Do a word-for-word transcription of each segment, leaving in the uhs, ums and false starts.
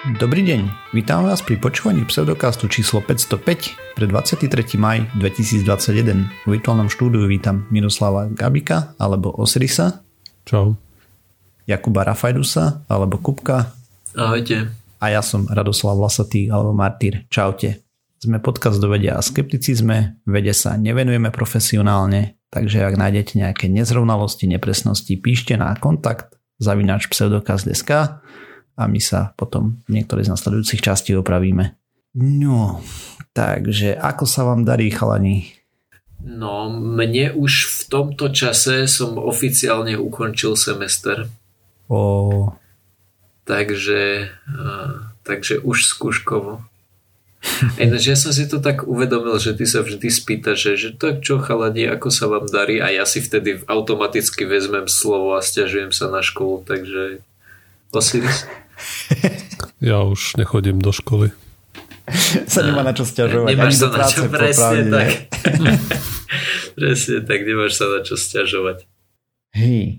Dobrý deň, vítam vás pri počúvaní pseudokastu číslo päťstopäť pre dvadsiateho tretieho mája dvetisícdvadsaťjeden. V virtuálnom štúdiu vítam Miroslava Gabika alebo Osirisa. Čau. Jakuba Rafajdusa alebo Kupka. Ahojte. A ja som Radoslav Vlasatý alebo Martýr. Čaute. Sme podcast do vedia a skepticizme, vede sa nevenujeme profesionálne, takže ak nájdete nejaké nezrovnalosti, nepresnosti, píšte na kontakt zavináč pseudokast bodka es ká a my sa potom v niektorej z nasledujúcich častí opravíme. No, takže ako sa vám darí, chalani? No, mne už v tomto čase som oficiálne ukončil semester. O... Takže, takže už skúškovo. Ináč ja som si to tak uvedomil, že ty sa vždy spýtaš, že, že tak čo chalani, ako sa vám darí, a ja si vtedy automaticky vezmem slovo a sťažujem sa na školu, takže Osiris? Ja už nechodím do školy. Sa nemá na čo sťažovať. Nemáš sa na čo, presne tak. Presne tak, nemáš sa na čo sťažovať. Hej.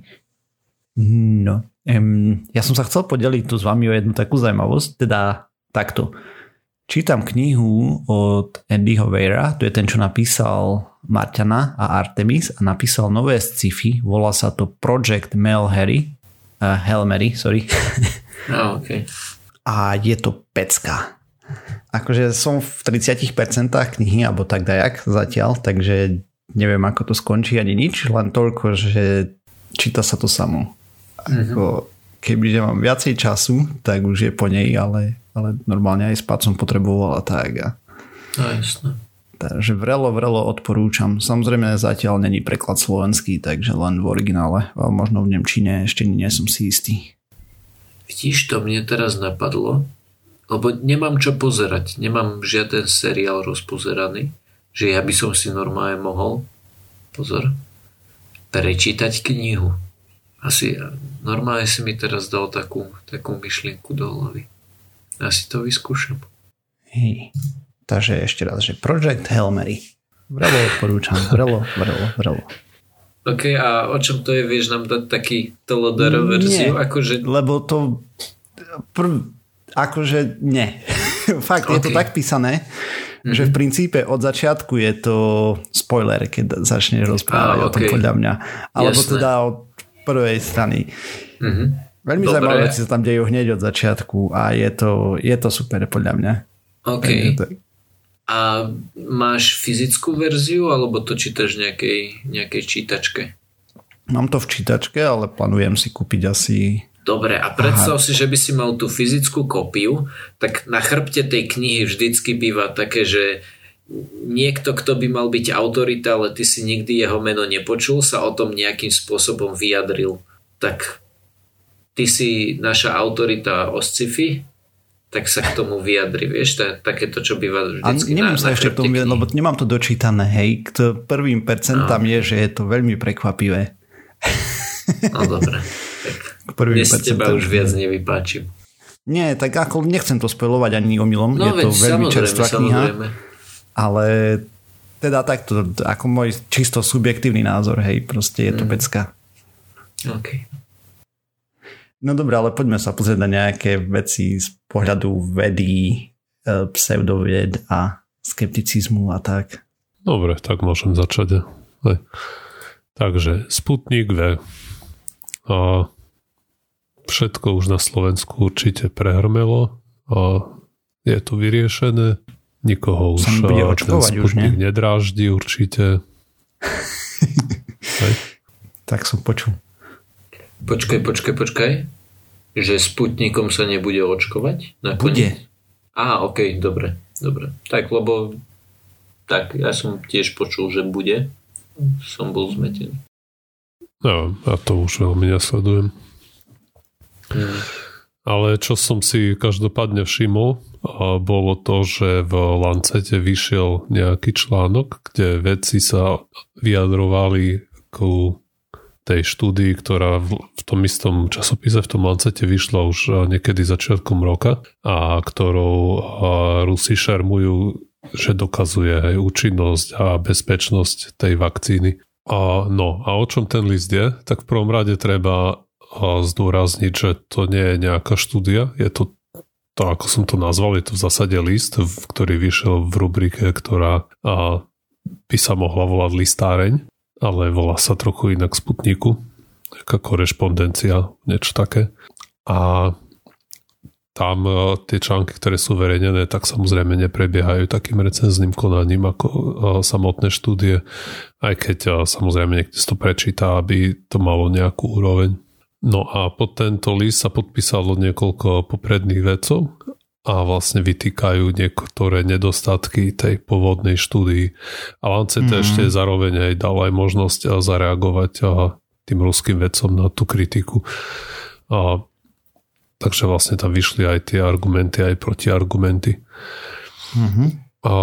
No, um, ja som sa chcel podeliť tu s vami o jednu takú zaujímavosť, teda takto. Čítam knihu od Andyho Weira, to je ten, čo napísal Marťana a Artemis a napísal nové sci-fi, volá sa to Project Hail Mary, uh, Hail Mary, sorry. Oh, okay. A je to pecka. Akože som v tridsať percent knihy, alebo tak dajak zatiaľ, takže neviem, ako to skončí ani nič, len toľko, že číta sa to samo. Mm-hmm. Ako, kebyže mám viacej času, tak už je po nej, ale, ale normálne aj spať som potreboval a tak. A... No jasné. Takže vrelo, vrelo odporúčam. Samozrejme zatiaľ není preklad slovenský, takže len v originále. A možno v nemčine, ešte nie som si istý. Vidíš, to mne teraz napadlo, lebo nemám čo pozerať, nemám žiaden seriál rozpozeraný, že ja by som si normálne mohol, pozor, prečítať knihu. Asi normálne si mi teraz dal takú, takú myšlienku do hlavy. Asi to vyskúšam. Hej. Takže ešte raz, že Project Hail Mary. Vrelo odporúčam, vrelo, vrelo, vrelo. OK, a o čom to je? Vieš nám dať taký té el dé er verziu? Nie, akože... lebo to prv, akože nie. Fakt, okay. Je to tak písané, mm-hmm. že v princípe od začiatku je to spoiler, keď začneš rozprávať ah, okay. o tom podľa mňa. Alebo Jasné. Teda od prvej strany. Mm-hmm. Veľmi Dobre. zaujímavé veci sa tam dejú hneď od začiatku a je to, je to super podľa mňa. OK. A máš fyzickú verziu, alebo to čítaš v nejakej, nejakej čítačke? Mám to v čítačke, ale plánujem si kúpiť asi... Dobre, a predstav Aha. si, že by si mal tú fyzickú kópiu, tak na chrbte tej knihy vždycky býva také, že niekto, kto by mal byť autorita, ale ty si nikdy jeho meno nepočul, sa o tom nejakým spôsobom vyjadril. Tak ty si naša autorita o sci-fi, tak sa k tomu vyjadri, vieš, to je takéto, čo býva vždycky na, na sa ešte k tomu, lebo nemám to dočítané, hej, k prvým percentám no. je, že je to veľmi prekvapivé. No dobre, tak dnes teba už viac nevypáčim. Nie, tak ako nechcem to spoilovať ani omylom, no, je to veľmi čerstvá kniha, ale teda takto, ako môj čisto subjektívny názor, hej, proste je to mm. pecka. OK. No dobré, ale poďme sa pozrieť na nejaké veci z pohľadu vedy, pseudovied a skepticizmu a tak. Dobre, tak môžem začať. Hej. Takže Sputnik V. A všetko už na Slovensku určite prehrmelo a je to vyriešené. Nikoho už ten Sputnik nedráždi určite. Hej. Tak som počul. Počkaj, počkaj, počkaj. Že Sputnikom sa nebude očkovať? Nakoniec? Bude. Á, okej, okay, dobre, dobre. Tak, lebo tak, ja som tiež počul, že bude. Som bol zmetený. No, a to už veľmi nesledujem. Hmm. Ale čo som si každopádne všimol, bolo to, že v Lancete vyšiel nejaký článok, kde vedci sa vyjadrovali ku tej štúdii, ktorá v, v tom istom časopise, v tom Lancete vyšla už niekedy začiatkom roka a ktorou Rusi šermujú, že dokazuje aj účinnosť a bezpečnosť tej vakcíny. A, no, a o čom ten list je? Tak v prvom rade treba zdôrazniť, že to nie je nejaká štúdia, je to to, ako som to nazval, je to v zásade list, ktorý vyšiel v rubrike, ktorá a, by sa mohla volať listáreň, ale volá sa trochu inak Sputniku, taká korešpondencia, niečo také. A tam a, tie články, ktoré sú verejnené, tak samozrejme neprebiehajú takým recenzným konaním ako a, samotné štúdie, aj keď a, samozrejme niekto si to prečíta, aby to malo nejakú úroveň. No a pod tento list sa podpísalo niekoľko popredných vedcov a vlastne vytýkajú niektoré nedostatky tej pôvodnej štúdii. A Lancet mm. ešte zároveň aj dal aj možnosť zareagovať tým ruským vedcom na tú kritiku. A, takže vlastne tam vyšli aj tie argumenty, aj protiargumenty. Mm-hmm. A,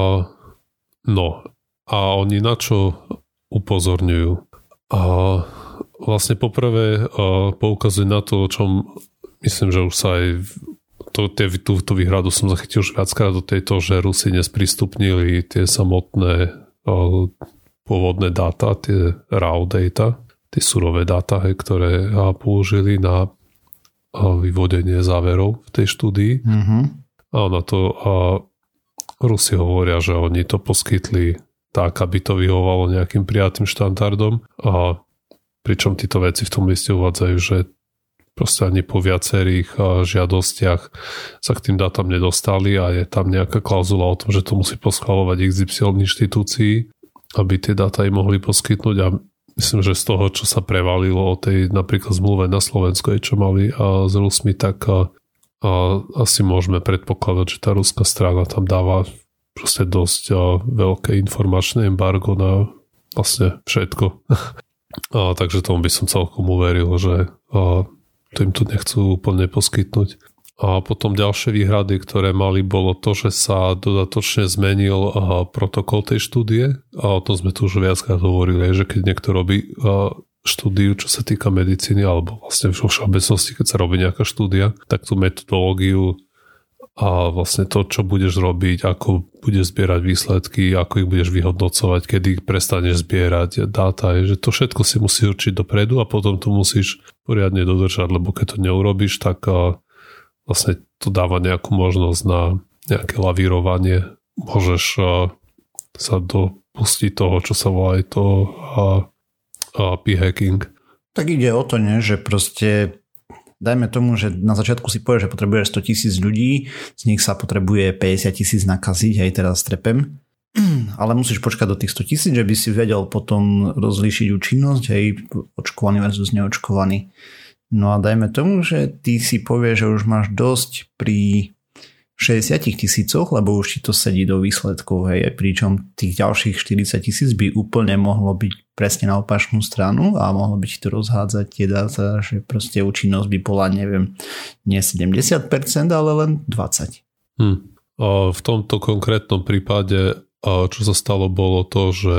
no a oni na čo upozorňujú? A vlastne poprvé uh, poukazuje na to, o čom myslím, že už sa aj to, tie, tú, tú výhradu som zachytil už viackrát do tejto, že Rusi nesprístupnili tie samotné uh, pôvodné dáta, tie raw data, tie surové dáta, hej, ktoré uh, použili na uh, vyvodenie záverov v tej štúdii. Mm-hmm. A na to uh, Rusi hovoria, že oni to poskytli tak, aby to vyhovovalo nejakým prijatým štandardom a pričom títo veci v tom liste uvádzajú, že proste ani po viacerých žiadostiach sa k tým dátam nedostali a je tam nejaká klauzula o tom, že to musí poschvaľovať iks ypsilon inštitúcií, aby tie dáta im mohli poskytnúť a myslím, že z toho, čo sa prevalilo o tej napríklad zmluve na Slovensku, čo mali a s Rusmi, tak a, a asi môžeme predpokladať, že tá ruská strana tam dáva proste dosť a, veľké informačné embargo na vlastne všetko. A, takže tomu by som celkom uveril, že a, to im tu nechcú úplne poskytnúť. A potom ďalšie výhrady, ktoré mali, bolo to, že sa dodatočne zmenil a, protokol tej štúdie a o tom sme tu už viackrát hovorili, že keď niekto robí a, štúdiu, čo sa týka medicíny alebo vlastne vo všeobecnosti, keď sa robí nejaká štúdia, tak tú metodológiu a vlastne to, čo budeš robiť, ako budeš zbierať výsledky, ako ich budeš vyhodnocovať, kedy ich prestaneš zbierať dáta, je, že to všetko si musíš určiť dopredu a potom to musíš poriadne dodržať, lebo keď to neurobíš, tak a, vlastne to dáva nejakú možnosť na nejaké lavírovanie. Môžeš a, sa dopustiť toho, čo sa volá aj to a, a p-hacking. Tak ide o to, ne, že proste dajme tomu, že na začiatku si povieš, že potrebuješ sto tisíc ľudí, z nich sa potrebuje päťdesiat tisíc nakaziť, aj teraz trepem. Ale musíš počkať do tých sto tisíc, že by si vedel potom rozlíšiť účinnosť, hej, očkovaný versus neočkovaný. No a dajme tomu, že ty si povieš, že už máš dosť pri šesťdesiat tisícoch, lebo už ti to sedí do výsledkov, hej, pričom tých ďalších štyridsať tisíc by úplne mohlo byť presne na opačnú stranu a mohlo by ti to rozhádzať tie dáta, že proste účinnosť by bola, neviem, nie sedemdesiat percent, ale len dvadsať percent. Hm. A v tomto konkrétnom prípade, čo sa stalo, bolo to, že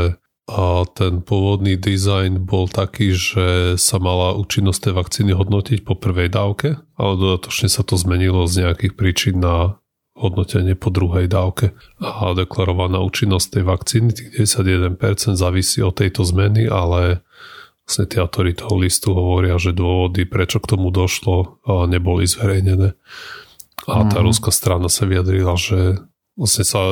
ten pôvodný dizajn bol taký, že sa mala účinnosť tej vakcíny hodnotiť po prvej dávke, ale dodatočne sa to zmenilo z nejakých príčin na hodnotenie po druhej dávke a deklarovaná účinnosť tej vakcíny, tých deväťdesiatjeden percent závisí od tejto zmeny, ale vlastne tí autori toho listu hovoria, že dôvody, prečo k tomu došlo, neboli zverejnené. A tá mm. ruská strana sa vyjadrila, že vlastne sa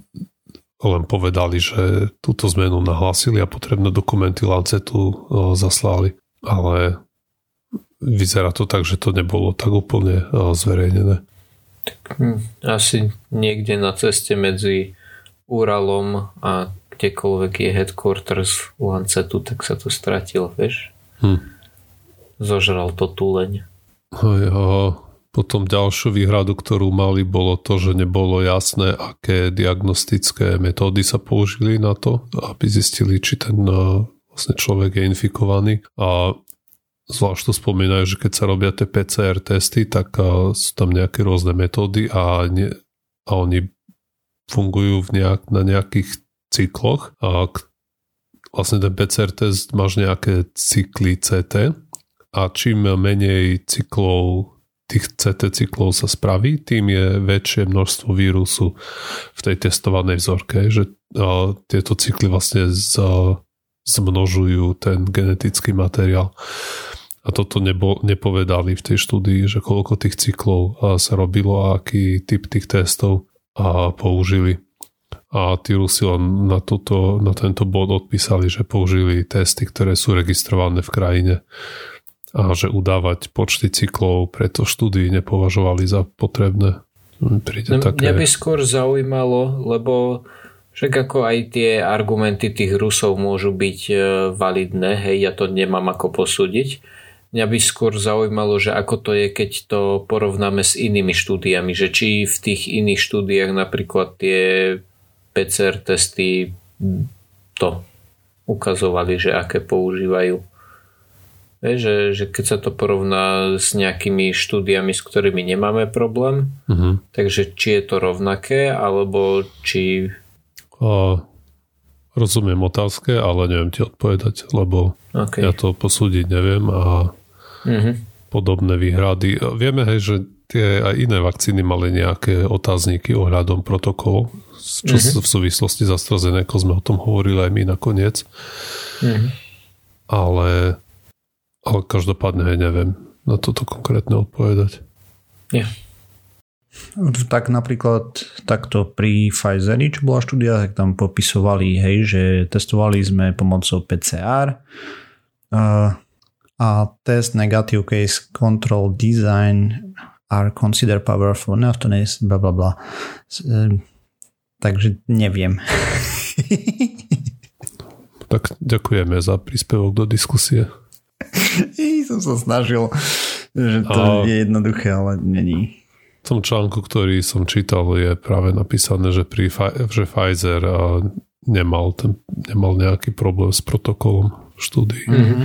len povedali, že túto zmenu nahlásili a potrebné dokumenty Lancetu zaslali, ale vyzerá to tak, že to nebolo tak úplne zverejnené. Asi niekde na ceste medzi Uralom a kdekoľvek je headquarters Lancetu, tak sa to stratilo, vieš? Hm. Zožral to túleň. Hej, a potom ďalšiu výhradu, ktorú mali, bolo to, že nebolo jasné, aké diagnostické metódy sa použili na to, aby zistili, či ten vlastne človek je infikovaný. A zvlášť to spomínajú, že keď sa robia tie pé cé er testy, tak uh, sú tam nejaké rôzne metódy a, ne, a oni fungujú v nejak, na nejakých cykloch. A k, vlastne ten pé cé er test máš nejaké cykly cé té a čím menej cyklov, tých cé té cyklov sa spraví, tým je väčšie množstvo vírusu v tej testovanej vzorke, že uh, tieto cykly vlastne z, uh, zmnožujú ten genetický materiál. A toto nebo, nepovedali v tej štúdii, že koľko tých cyklov sa robilo a aký typ tých testov a použili. A tí Rusi len na, toto, na tento bod odpísali, že použili testy, ktoré sú registrované v krajine a že udávať počty cyklov preto štúdii nepovažovali za potrebné. Príde no, také... Mňa by skôr zaujímalo, lebo však ako aj tie argumenty tých Rusov môžu byť validné, hej, ja to nemám ako posúdiť. Mňa by skôr zaujímalo, že ako to je, keď to porovnáme s inými štúdiami, že či v tých iných štúdiách napríklad tie pé cé er testy to ukazovali, že aké používajú. Že, že keď sa to porovná s nejakými štúdiami, s ktorými nemáme problém, uh-huh. takže či je to rovnaké, alebo či... A, rozumiem otázke, ale neviem ti odpovedať, lebo okay. ja to posúdiť neviem a uh-huh. podobné výhrady. Vieme, hej, že tie aj iné vakcíny mali nejaké otázniky ohľadom protokolov, čo uh-huh. v súvislosti s AstraZeneca sme o tom hovorili aj my nakoniec. Uh-huh. Ale, ale každopádne hej, neviem na toto konkrétne odpovedať. Yeah. Tak napríklad takto pri Pfizeri, čo bola štúdia, tak tam popisovali, hej, že testovali sme pomocou pé cé er uh, a test negative case control design are considered powerful enough to bla bla bla. Uh, takže neviem. Tak ďakujeme za príspevok do diskusie. Som sa snažil, že to a... je jednoduché, ale není. V tom článku, ktorý som čítal, je práve napísané, že, pri, že Pfizer nemal, ten, nemal nejaký problém s protokolom štúdií. Mm-hmm.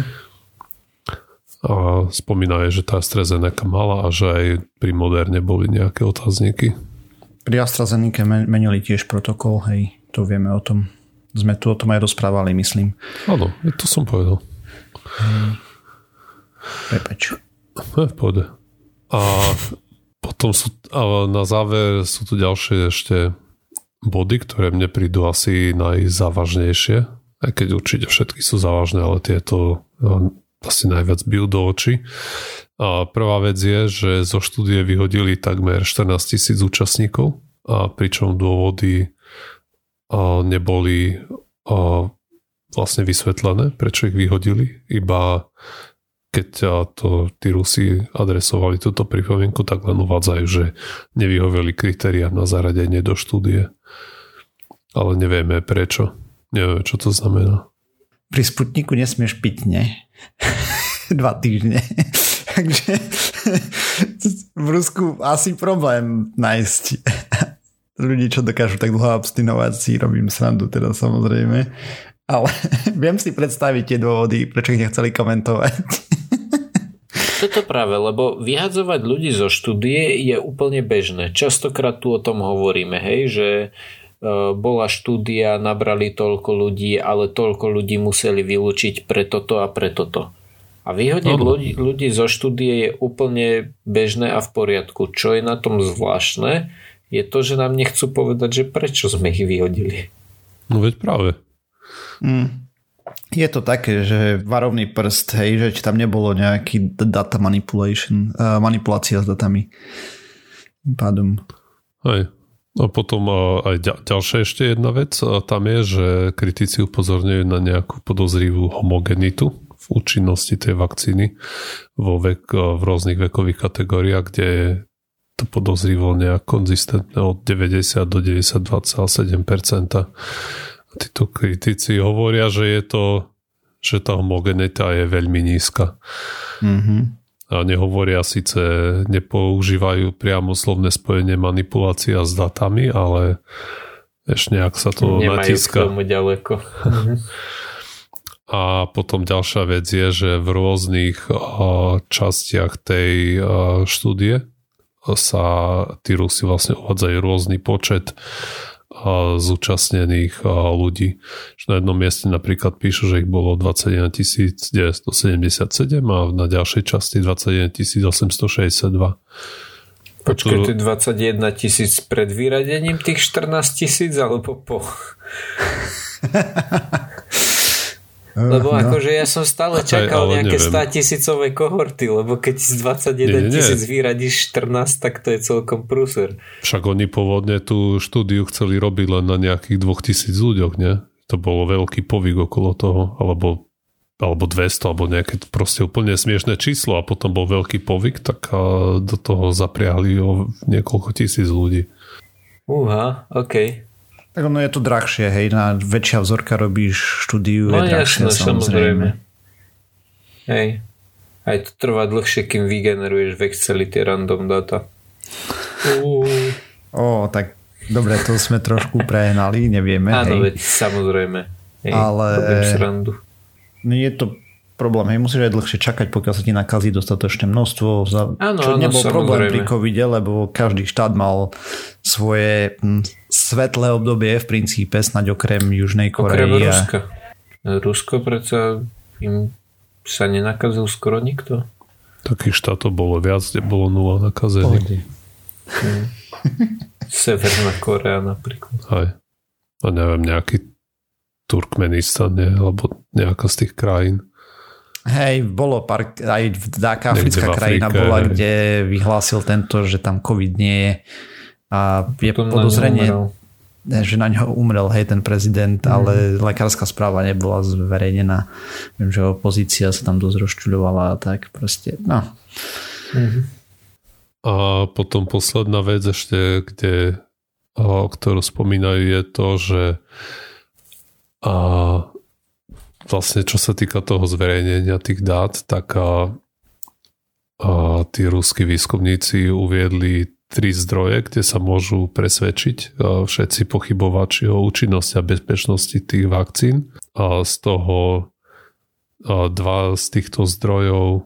A spomínajú, že tá AstraZeneca mala a že aj pri Moderne boli nejaké otázniky. Pri AstraZeneca menili tiež protokol, hej, to vieme o tom. Sme tu o tom aj rozprávali, myslím. Áno, to som povedal. Hmm. Prepač. Je v pohode. A potom sú, a na záver sú tu ďalšie ešte body, ktoré mne prídu asi najzávažnejšie, aj keď určite všetky sú závažné, ale tieto asi najviac bijú do očí. A prvá vec je, že zo štúdie vyhodili takmer štrnásť tisíc účastníkov, a pričom dôvody a neboli a vlastne vysvetlené, prečo ich vyhodili, iba keď to tí Rusi adresovali túto pripomienku, tak len uvádzajú, že nevyhoveli kritériá na zaradenie do štúdie. Ale nevieme prečo. Nevieme, čo to znamená. Pri Sputniku nesmieš piť, ne? Dva týždne. Takže v Rusku asi problém nájsť ľudí, čo dokážu tak dlho abstinovať, si robím srandu teda samozrejme. Ale viem si predstaviť tie dôvody, prečo ich nechceli komentovať. Toto práve, lebo vyhadzovať ľudí zo štúdie je úplne bežné. Častokrát tu o tom hovoríme, hej, že e, bola štúdia, nabrali toľko ľudí, ale toľko ľudí museli vylúčiť pre toto a pre toto. A vyhodiť ľudí, ľudí zo štúdie je úplne bežné a v poriadku. Čo je na tom zvláštne, je to, že nám nechcú povedať, že prečo sme ich vyhodili. No veď práve. Mm. Je to také, že varovný prst, hej, že či tam nebolo nejaký data manipulation, uh, manipulácia s datami. Pádom. Hej. A potom uh, aj ďal, ďalšia ešte jedna vec, uh, tam je, že kritici upozorňujú na nejakú podozrivú homogenitu v účinnosti tej vakcíny vo vek, uh, v rôznych vekových kategóriách, kde je to podozrivo nejak konzistentné od deväťdesiat do deväťdesiatdva celá sedem percent. Títo kritici hovoria, že je to, že tá homogenita je veľmi nízka. Mm-hmm. A nehovoria síce, nepoužívajú priamo slovné spojenie manipulácia s datami, ale ešte nejak sa to nemajú natíska. Nemajú k tomu ďaleko. A potom ďalšia vec je, že v rôznych uh, častiach tej uh, štúdie sa tí Rusi vlastne uvádzajú rôzny počet zúčastnených ľudí. Na jednom mieste napríklad píšu, že ich bolo dvadsaťjeden tisíc deväťstosedemdesiatsedem a na ďalšej časti dvadsaťjeden tisíc osemstošesťdesiatdva. Počkaj, to je dvadsaťjeden tisíc pred vyradením tých štrnásť tisíc alebo po? Lebo no. akože ja som stále čakal Aj, nejaké neviem. státisícové kohorty, lebo keď z dvadsaťjeden tisíc vyradíš štrnásť, tak to je celkom prúser. Však oni pôvodne tú štúdiu chceli robiť len na nejakých dvetisíc ľuďoch, nie? To bolo veľký povyk okolo toho, alebo, alebo dvesto, alebo nejaké proste úplne smiešné číslo a potom bol veľký povyk, tak do toho zapriahli o niekoľko tisíc ľudí. Uha, okej. Okay. Tak ono je to drahšie, hej, na väčšia vzorka robíš štúdiu, no, je drahšie, jasné, samozrejme. samozrejme. Hej. Aj to trvá dlhšie, kým vygeneruješ v Exceli tie random data. Uh. Ó, tak dobre, to sme trošku prehnali, nevieme. Áno, hej. veď samozrejme. Hej, ale srandu. je to problém, hej, musíš aj dlhšie čakať, pokiaľ sa ti nakazí dostatočné množstvo, za, áno, čo áno, nebol samozrejme. problém pri covide, lebo každý štát mal svoje hm, svetlé obdobie v princípe, snáď okrem Južnej Korei. Okrem Ruska. Rusko predsa im sa nenakazil skoro nikto. Takých štátov bolo viac, kde bolo nula nakazených. Hm. Severná Korea napríklad. Aj. A neviem, nejaký Turkmenistan, nie? Alebo nejaká z tých krajín. Hej, bolo pár, aj taká africká krajina Afrike, bola, hej. kde vyhlásil tento, že tam COVID nie je a je Potom podozrenie, na že na ňo umrel, hej, ten prezident, mm. ale lekárska správa nebola zverejnená. Viem, že opozícia sa tam dosť rozčuľovala a tak proste, no. Mm-hmm. A potom posledná vec ešte, kde, a, ktorú spomínajú, je to, že a vlastne čo sa týka toho zverejnenia tých dát, tak a, a tí ruskí výskumníci uviedli tri zdroje, kde sa môžu presvedčiť a všetci pochybovači o účinnosti a bezpečnosti tých vakcín. A z toho a dva z týchto zdrojov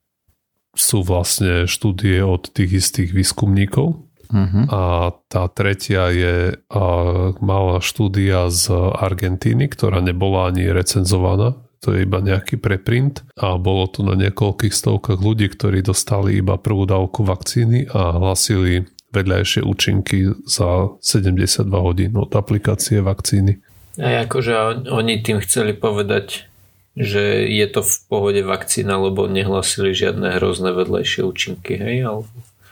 sú vlastne štúdie od tých istých výskumníkov. Uh-huh. A tá tretia je a, malá štúdia z Argentíny, ktorá nebola ani recenzovaná. To je iba nejaký preprint a bolo to na niekoľkých stovkách ľudí, ktorí dostali iba prvú dávku vakcíny a hlasili vedľajšie účinky za sedemdesiatdva hodín od aplikácie vakcíny. A akože oni tým chceli povedať, že je to v pohode vakcína, lebo nehlasili žiadne hrozné vedľajšie účinky, hej? Ale...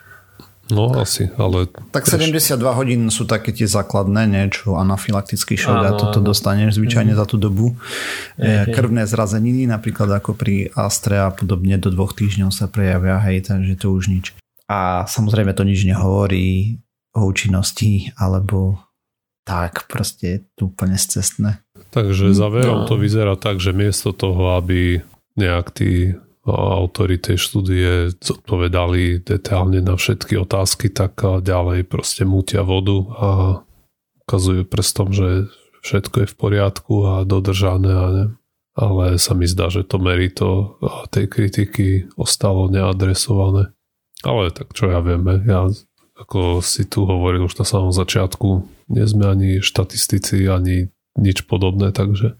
No asi, ale... Tak sedemdesiatdva hodín sú také tie základné, niečo anafylaktický šok a toto dostaneš zvyčajne mm. za tú dobu. E, krvné zrazeniny, napríklad ako pri Astre a podobne, do dvoch týždňov sa prejavia, hej, takže to už nič. A samozrejme to nič nehovorí o účinnosti, alebo tak, proste je to úplne scestné. Takže záverom no. to vyzerá tak, že miesto toho, aby nejak tí autori tej štúdie zodpovedali detailne na všetky otázky, tak ďalej proste mútia vodu a ukazujú prstom, že všetko je v poriadku a dodržané a ne. Ale sa mi zdá, že to merito tej kritiky ostalo neadresované. Ale tak čo ja vieme, ja ako si tu hovoril už na samom začiatku, nie sme ani štatistici, ani nič podobné, takže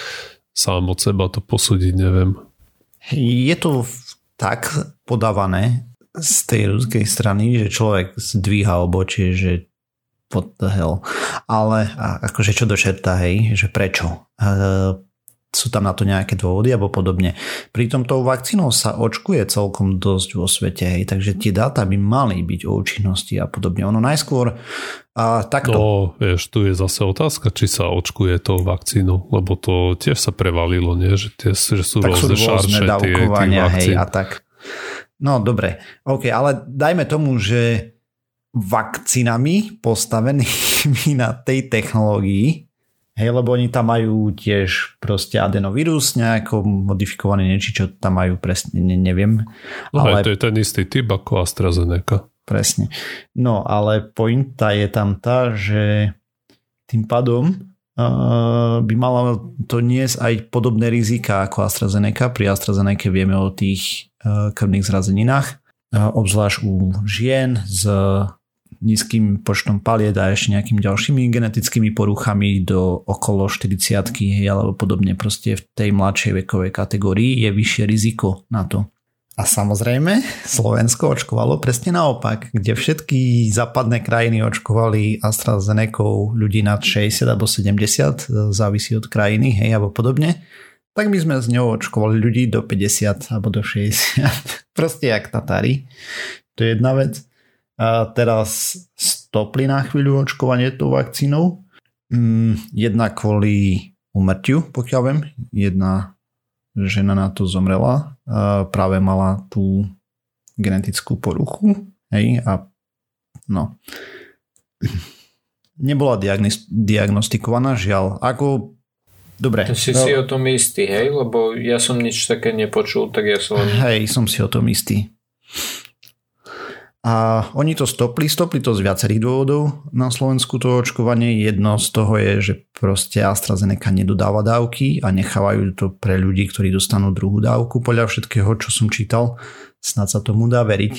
sám od seba to posúdiť neviem. Je to tak podávané z tej ruskej strany, že človek zdvíha obočie, že what the hell. Ale akože čo do čerta, hej, že prečo? E, sú tam na to nejaké dôvody alebo podobne. Pritom tou vakcínou sa očkuje celkom dosť vo svete, hej, takže tie dáta by mali byť o účinnosti a podobne. Ono najskôr a takto. No, vieš, tu je zase otázka, či sa očkuje tou vakcínou, lebo to tiež sa prevalilo, nie? Že, tie, že sú tak rôzne šarše tie, tých vakcín. Hej, a tak. No, dobre. OK, ale dajme tomu, že vakcínami postavenými na tej technológii, hej, lebo oni tam majú tiež proste adenovírus, nejako modifikovaný niečo, čo tam majú presne, ne, neviem. No, ale... to je ten istý typ ako AstraZeneca. Presne. No, ale pointa je tam tá, že tým pádom uh, by malo to niesť aj podobné rizika ako AstraZeneca. Pri AstraZeneca vieme o tých uh, krvných zrazeninách, uh, obzvlášť u žien s nízkym počtom paliet a ešte nejakými ďalšími genetickými poruchami do okolo štyridsiatky alebo podobne. Proste v tej mladšej vekovej kategórii je vyššie riziko na to. A samozrejme, Slovensko očkovalo presne naopak, kde všetky západné krajiny očkovali AstraZenecou ľudí nad šesťdesiat alebo sedemdesiat, závisí od krajiny, hej, alebo podobne. tak my sme z ňou očkovali ľudí do päťdesiat alebo do šesťdesiat. Proste jak Tatári. To je jedna vec. A teraz stopli na chvíľu očkovanie tou vakcínou. Jedna kvôli úmrtiu, pokiaľ viem. Jedna žena na to zomrela. A práve mala tú genetickú poruchu. Hej, a no. Nebola diagnos- diagnostikovaná, žiaľ. Ako dobre. Si no, si o tom istý, hej? Lebo ja som nič také nepočul, tak ja som... Hej, som si o tom istý. A oni to stopli, stopli to z viacerých dôvodov na Slovensku to očkovanie. Jedno z toho je, že proste AstraZeneca nedodáva dávky a nechávajú to pre ľudí, ktorí dostanú druhú dávku. Podľa všetkého, čo som čítal, snad sa tomu dá veriť.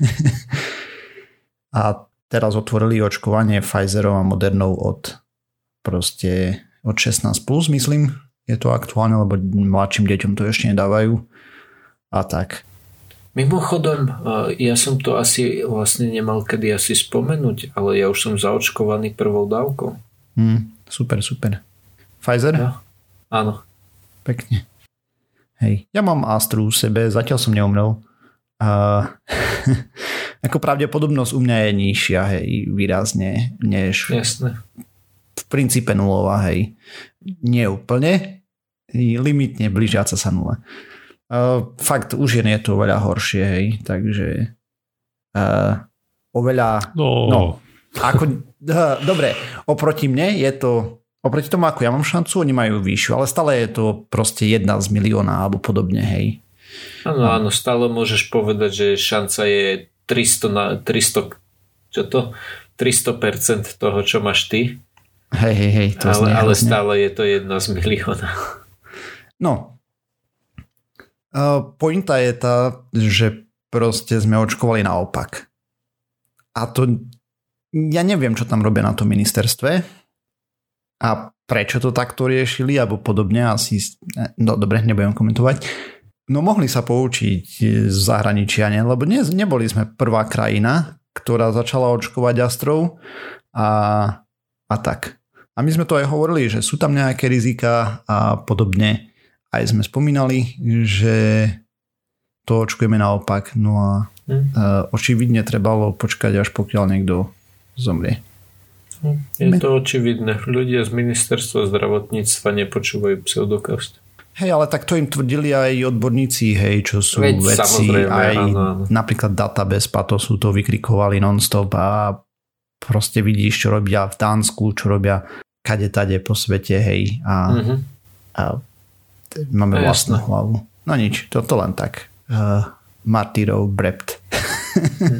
A teraz otvorili očkovanie Pfizerom a Modernou od proste od šestnásť plus, myslím. Je to aktuálne, lebo mladším deťom to ešte nedávajú. A tak. Mimochodom, ja som to asi vlastne nemal kedy asi spomenúť, ale ja už som zaočkovaný prvou dávkou. Mm, super, super. Pfizer? Ja. Áno. Pekne. Hej, ja mám Astru u sebe, zatiaľ som neumrel. Uh, ako pravdepodobnosť u mňa je nižšia, hej, výrazne, než... Jasné. V princípe nulová, hej. Nie úplne, limitne blížiaca sa nule. Uh, fakt, u žien je to oveľa horšie, hej, takže uh, oveľa no, no ako, uh, dobre, oproti mne je to oproti tomu, ako ja mám šancu, oni majú vyššiu, ale stále je to proste jedna z milióna alebo podobne, hej. Áno, áno, stále môžeš povedať, že šanca je tristo na tristo, čo to? tristo percent toho, čo máš ty. Hej, hej, hej, to ale, ale stále je to jedna z milióna. No, pointa je tá, že proste sme očkovali naopak. A to ja neviem, čo tam robia na tom ministerstve a prečo to takto riešili, alebo podobne asi, no dobre, nebudem komentovať. No mohli sa poučiť z zahraničia, ne? Lebo dnes neboli sme prvá krajina, ktorá začala očkovať Astrov a, a tak. A my sme to aj hovorili, že sú tam nejaké rizika a podobne. Aj sme spomínali, že to očkujeme naopak. No a hmm. očividne trebalo počkať, až pokiaľ niekto zomrie. Je to očividné. Ľudia z ministerstva zdravotníctva nepočúvajú pseudokast. Hej, ale tak to im tvrdili aj odborníci, hej, čo sú Veď, vedci, aj áno, áno. napríklad Database, to sú to vykrikovali non-stop a proste vidíš, čo robia v Dánsku, čo robia kade tade po svete, hej. A, mm-hmm. a máme vlastnú Jasne. hlavu. No nič, toto len tak. Uh, martyrov brept. Mm.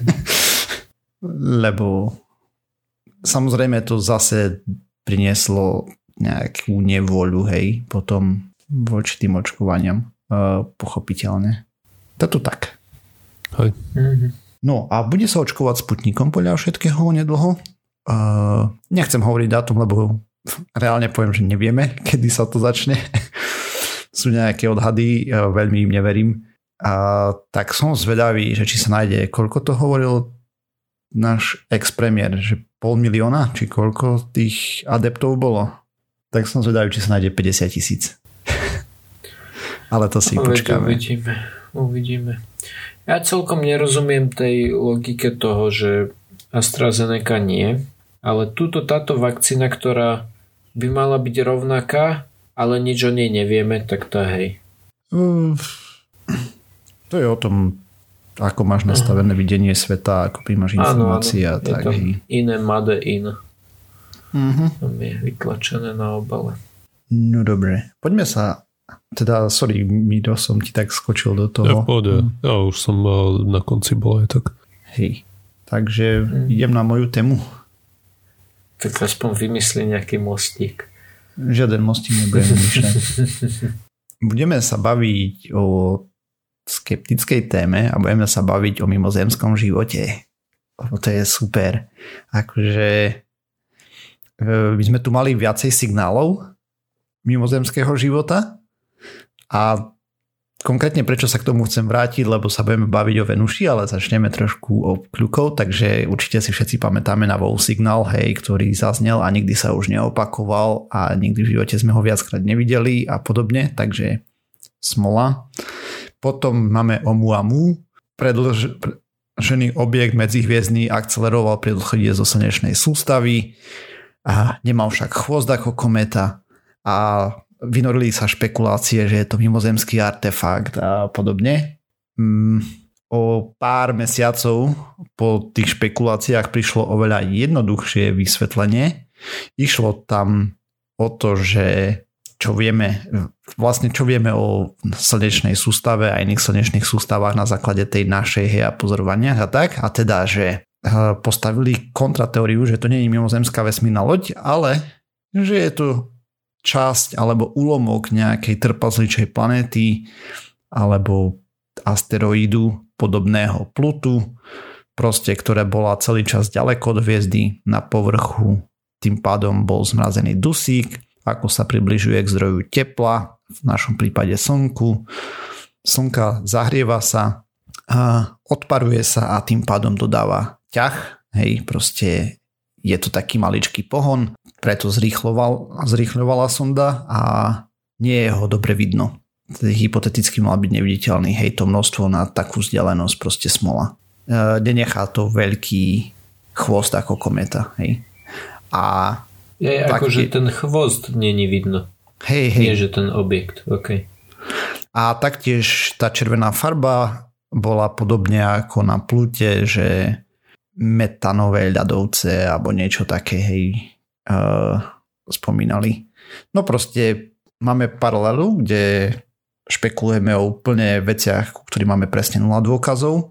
Lebo samozrejme to zase prinieslo nejakú nevôľu, hej, potom voči tým očkovaniam. Uh, pochopiteľne. Toto tak. Hej. Mm-hmm. No a bude sa očkovať Sputnikom podľa všetkého nedlho. Uh, nechcem hovoriť dátum, lebo reálne poviem, že nevieme, kedy sa to začne. Sú nejaké odhady, uh, veľmi im neverím. Uh, tak som zvedavý, že či sa nájde, koľko to hovoril náš ex-premiér, že pol milióna, či koľko tých adeptov bolo. Tak som zvedavý, či sa nájde päťdesiat tisíc. Ale to si Uveď, počkáme. Uvidíme, uvidíme. Ja celkom nerozumiem tej logike toho, že AstraZeneca nie, ale túto táto vakcína, ktorá by mala byť rovnaká, ale nič o nej nevieme, tak tá hej. Uh, to je o tom, ako máš nastavené uh-huh. videnie sveta, ako príjmaš informácie a tak. Iné made in. Uh-huh. Tam je vytlačené na obale. No dobre, poďme sa teda, sorry, Mido, som ti tak skočil do toho. Ja pôjde, ja už som na konci bol aj tak. Hej, takže hmm. idem na moju tému. Tak aspoň vymyslí nejaký mostík. Žiaden mostík nebudem vymýšľať. Budeme sa baviť o skeptickej téme a budeme sa baviť o mimozemskom živote. To je super. Akože my sme tu mali viacej signálov mimozemského života a konkrétne prečo sa k tomu chcem vrátiť, lebo sa budeme baviť o Venuši, ale začneme trošku o kľukov, takže určite si všetci pamätáme na wow signál, hej, ktorý zaznel a nikdy sa už neopakoval a nikdy v živote sme ho viackrát nevideli a podobne, takže smola. Potom máme Oumuamua, predĺžený objekt medzihviezdny akceleroval pri odchode zo slnečnej sústavy a nemal však chvost ako kométa a vynorili sa špekulácie, že je to mimozemský artefakt a podobne. O pár mesiacov po tých špekuláciách prišlo oveľa jednoduchšie vysvetlenie. Išlo tam o to, že čo vieme, vlastne čo vieme o slnečnej sústave a iných slnečných sústavách na základe tej našej hej a pozorovania a tak. A teda, že postavili kontrateóriu, že to nie je mimozemská vesmírna loď, ale že je to časť alebo úlomok nejakej trpazličej planéty alebo asteroidu podobného Plutu, proste, ktoré bola celý čas ďaleko od hviezdy, na povrchu tým pádom bol zmrazený dusík, ako sa približuje k zdroju tepla, v našom prípade slnku. Slnka zahrieva sa, a odparuje sa a tým pádom dodáva ťah, hej, proste je to taký maličký pohon, preto zrýchloval, zrýchľovala sonda a nie je ho dobre vidno. Hypoteticky mal byť neviditeľný, hej, to množstvo na takú vzdialenosť, proste smola. E, nenechá to veľký chvost ako kometa, hej. A je tak, akože ten chvost není vidno. Hej, hej. Nie, že ten objekt, ok. A taktiež tá červená farba bola podobne ako na Plute, že metanové ľadovce alebo niečo také, hej, uh, spomínali. No proste máme paralelu, kde špekulujeme o úplne veciach, ktorým máme presne nula dôkazov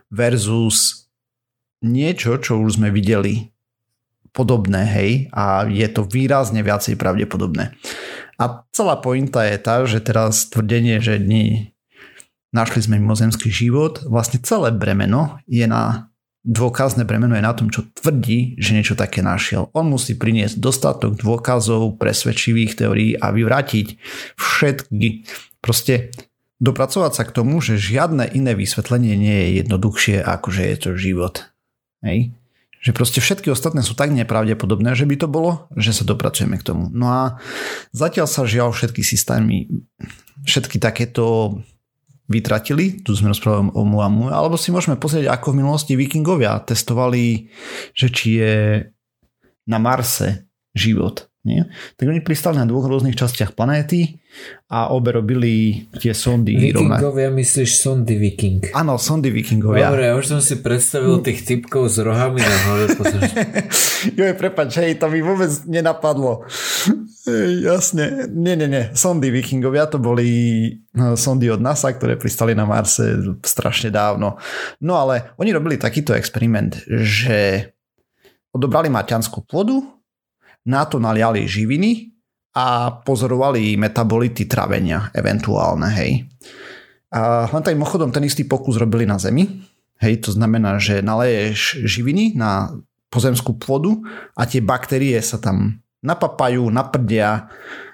versus niečo, čo už sme videli podobné, hej, a je to výrazne viacej pravdepodobné. A celá pointa je tá, že teraz tvrdenie, že nie, našli sme mimozemský život, vlastne celé bremeno je na dôkazné bremeno je na tom, čo tvrdí, že niečo také našiel. On musí priniesť dostatok dôkazov, presvedčivých teórií a vyvrátiť všetky. Proste dopracovať sa k tomu, že žiadne iné vysvetlenie nie je jednoduchšie, ako že je to život. Hej? Že proste všetky ostatné sú tak nepravdepodobné, že by to bolo, že sa dopracujeme k tomu. No a zatiaľ sa žiaľ všetky systémy, všetky takéto vytratili, tu sme rozprávali o Oumuamua, alebo si môžeme pozrieť, ako v minulosti Vikingovia testovali, že či je na Marse život. Nie? Tak oni pristali na dvoch rôznych častiach planéty a obe robili tie sondy. Vikingovia, rovna... myslíš sondy Viking? Áno, sondy Vikingovia. Dobre, ja už som si predstavil tých typkov s rohami na hlave. Joj, prepáč, hej, to mi vôbec nenapadlo. Jasne, nie, nie, nie. Sondy Vikingovia to boli sondy od NASA, ktoré pristali na Marse strašne dávno. No ale oni robili takýto experiment, že odobrali marťanskú pôdu, na to naliali živiny a pozorovali metabolity travenia eventuálne, hej. A len tým mimochodom ten istý pokus robili na Zemi, hej, to znamená, že naleješ živiny na pozemskú pôdu a tie baktérie sa tam napapajú, naprdia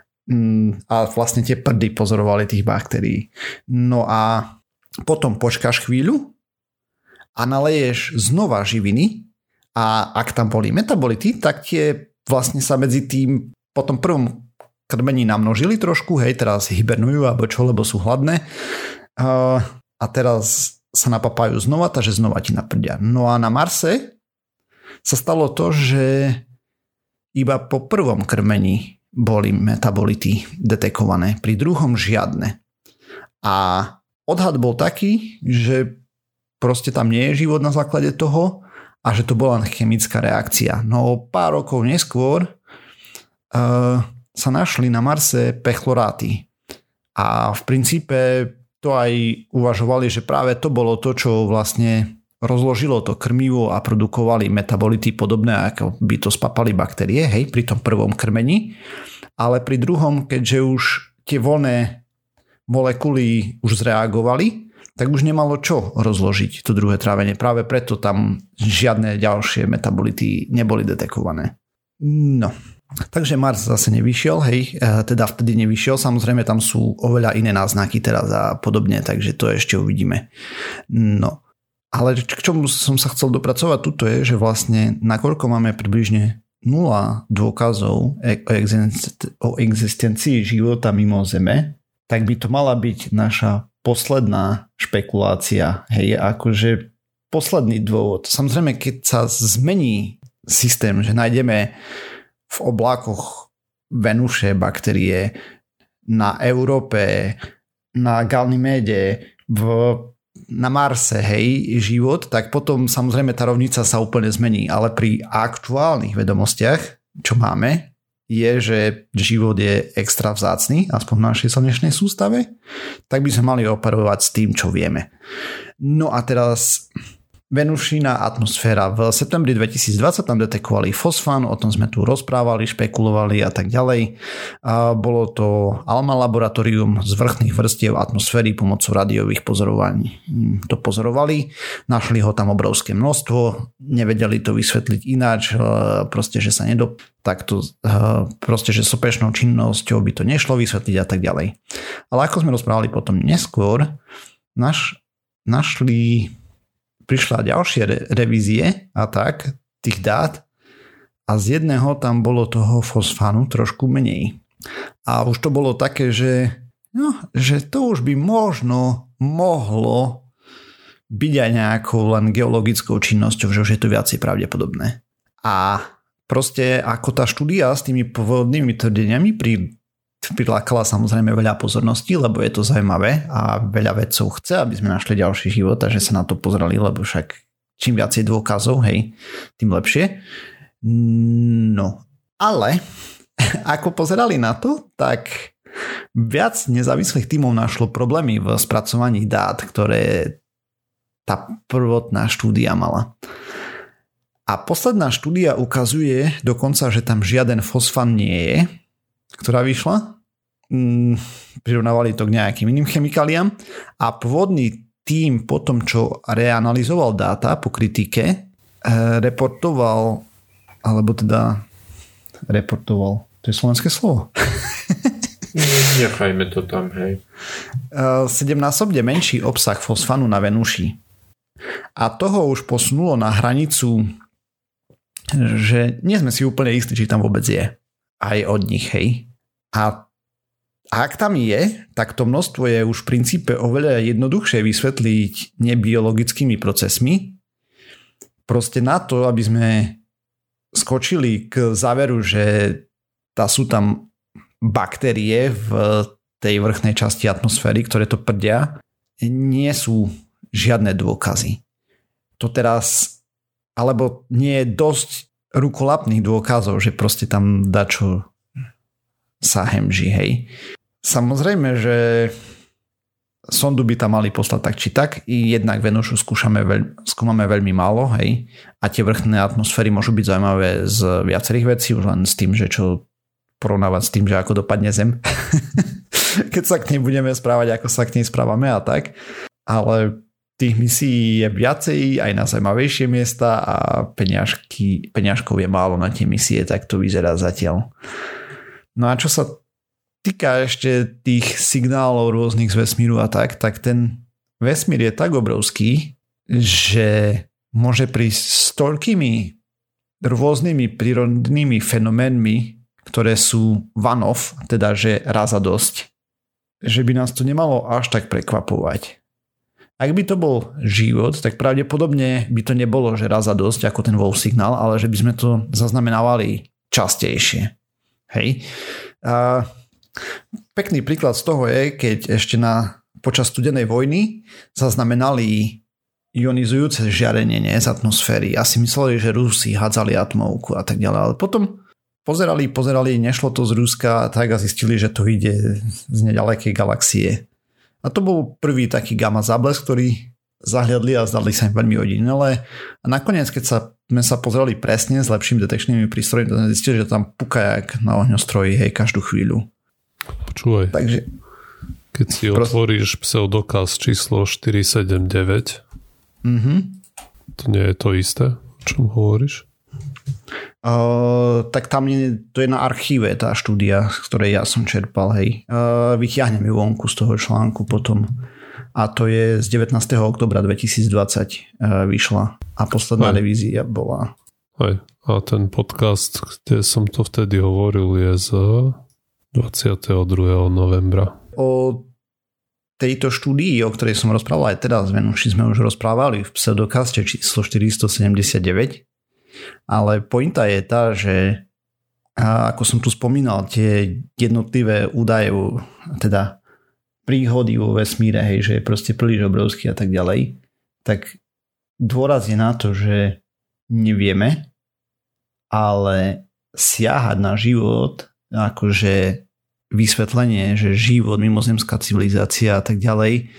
a vlastne tie prdy pozorovali tých baktérií. No a potom počkáš chvíľu a naleješ znova živiny a ak tam boli metabolity, tak tie vlastne sa medzi tým po tom prvom krmení namnožili trošku, hej, teraz hibernujú alebo čo, lebo sú hladné a, a teraz sa napapájú znova, takže znova ti naprdia. No a na Marse sa stalo to, že iba po prvom krmení boli metabolity detekované, pri druhom žiadne. A odhad bol taký, že proste tam nie je život na základe toho a že to bola chemická reakcia. No pár rokov neskôr uh, sa našli na Marse pechloráty. A v princípe to aj uvažovali, že práve to bolo to, čo vlastne rozložilo to krmivo a produkovali metabolity podobné, ako by to spapali baktérie, hej, pri tom prvom krmení. Ale pri druhom, keďže už tie voľné molekuly už zreagovali, tak už nemalo čo rozložiť to druhé trávenie. Práve preto tam žiadne ďalšie metabolity neboli detekované. No. Takže Mars zase nevyšiel, hej, teda vtedy nevyšiel, samozrejme tam sú oveľa iné náznaky teraz a podobne, takže to ešte uvidíme. No, ale k čomu som sa chcel dopracovať tuto je, že vlastne nakoľko máme približne nula dôkazov o existencii života mimo Zeme, tak by to mala byť naša posledná špekulácia, hej, akože posledný dôvod. Samozrejme, keď sa zmení systém, že nájdeme v oblákoch Venuše baktérie, na Európe, na Ganyméde, v, na Marse, hej, život, tak potom samozrejme tá rovnica sa úplne zmení. Ale pri aktuálnych vedomostiach, čo máme, je, že život je extra vzácny, aspoň v našej slnečnej sústave, tak by sme mali operovať s tým, čo vieme. No a teraz Venušina atmosféra. V septembri dvetisícdvadsať tam detekovali fosfán, o tom sme tu rozprávali, špekulovali a tak ďalej. A bolo to ALMA laboratórium z vrchných vrstiev atmosféry pomocou rádiových pozorovaní. To pozorovali, našli ho tam obrovské množstvo, nevedeli to vysvetliť ináč, proste, že sa nedop... takto, proste, že sopečnou činnosťou by to nešlo vysvetliť a tak ďalej. Ale ako sme rozprávali potom neskôr, naš, našli prišla ďalšie re- revízie a tak tých dát a z jedného tam bolo toho fosfánu trošku menej. A už to bolo také, že, no, že to už by možno mohlo byť aj nejakou len geologickou činnosťou, že už je to viacej pravdepodobné. A proste ako tá štúdia s tými pôvodnými tvrdeniami pri prilákala samozrejme veľa pozorností, lebo je to zaujímavé a veľa vedcov chce, aby sme našli ďalší život a že sa na to pozerali, lebo však čím viacej dôkazov, hej, tým lepšie. No, ale ako pozerali na to, tak viac nezávislých tímov našlo problémy v spracovaní dát, ktoré tá prvotná štúdia mala. A posledná štúdia ukazuje dokonca, že tam žiaden fosfán nie je, ktorá vyšla. Mm, prirovnávali to k nejakým iným chemikáliám a pôvodný tím po tom, čo reanalizoval dáta po kritike, e, reportoval, alebo teda reportoval, to je slovenské slovo. Nechajme to tam, hej. sedemnásobne menší obsah fosfánu na Venuši. A toho už posunulo na hranicu, že nie sme si úplne istí, či tam vôbec je. Aj od nich, hej. A ak tam je, tak to množstvo je už v princípe oveľa jednoduchšie vysvetliť nebiologickými procesmi. Proste na to, aby sme skočili k záveru, že tá sú tam baktérie v tej vrchnej časti atmosféry, ktoré to prdia, nie sú žiadne dôkazy. To teraz, alebo nie je dosť rukolapných dôkazov, že proste tam dačo sa hemží, hej. Samozrejme, že sondu by tam mali poslať tak či tak, i jednak Venušu skúšame veľ, skúmame veľmi málo, hej, a tie vrchné atmosféry môžu byť zaujímavé z viacerých vecí, už len s tým, že čo porovnávať s tým, že ako dopadne Zem. Keď sa k nej budeme správať, ako sa k nej správame a tak. Ale tých misií je viacej aj na zaujímavejšie miesta a peňažky, peňažkov je málo na tie misie, tak to vyzerá zatiaľ. No a čo sa týka ešte tých signálov rôznych z vesmíru a tak, tak ten vesmír je tak obrovský, že môže prísť s toľkými rôznymi prírodnými fenoménmi, ktoré sú one-off, teda že raz a dosť, že by nás to nemalo až tak prekvapovať. Ak by to bol život, tak pravdepodobne by to nebolo, že raz a dosť ako ten wow signál, ale že by sme to zaznamenávali častejšie. Hej. A pekný príklad z toho je, keď ešte na, počas studenej vojny zaznamenali ionizujúce žiarenie z atmosféry. Asi mysleli, že Rusi hádzali atomovku a tak ďalej, ale potom pozerali, pozerali, nešlo to z Ruska tak a zistili, že to ide z nedalekej galaxie. A to bol prvý taký gamma záblesk, ktorý zahliadli a zdali sa im veľmi ojedinelé. A nakoniec, keď sa, sme sa pozerali presne s lepšími detekčnými prístrojmi, to sme zistili, že tam puká jak na ohňostroji, hej, každú chvíľu. Počúvaj, Takže, keď si pros... otvoríš pseudokaz číslo štyri sedem deväť, mm-hmm. to nie je to isté, o čom hovoríš? Uh, tak tam je, to je na archíve tá štúdia, z ktorej ja som čerpal, hej. Uh, vyťahnem ju vonku z toho článku potom. A to je z devätnásteho októbra dvetisícdvadsať uh, vyšla. A posledná Aj. revízia bola. Aj. A ten podcast, kde som to vtedy hovoril, je z dvadsiateho druhého novembra. O tejto štúdii, o ktorej som rozprával aj teraz, Venuši sme už rozprávali v pseudokaste číslo štyristosedemdesiatdeväť. Ale pointa je tá, že ako som tu spomínal, tie jednotlivé údaje, teda príhody vo vesmíre, hej, že je proste príliš obrovský a tak ďalej, tak dôraz je na to, že nevieme, ale siahať na život, akože vysvetlenie, že život, mimozemská civilizácia a tak ďalej,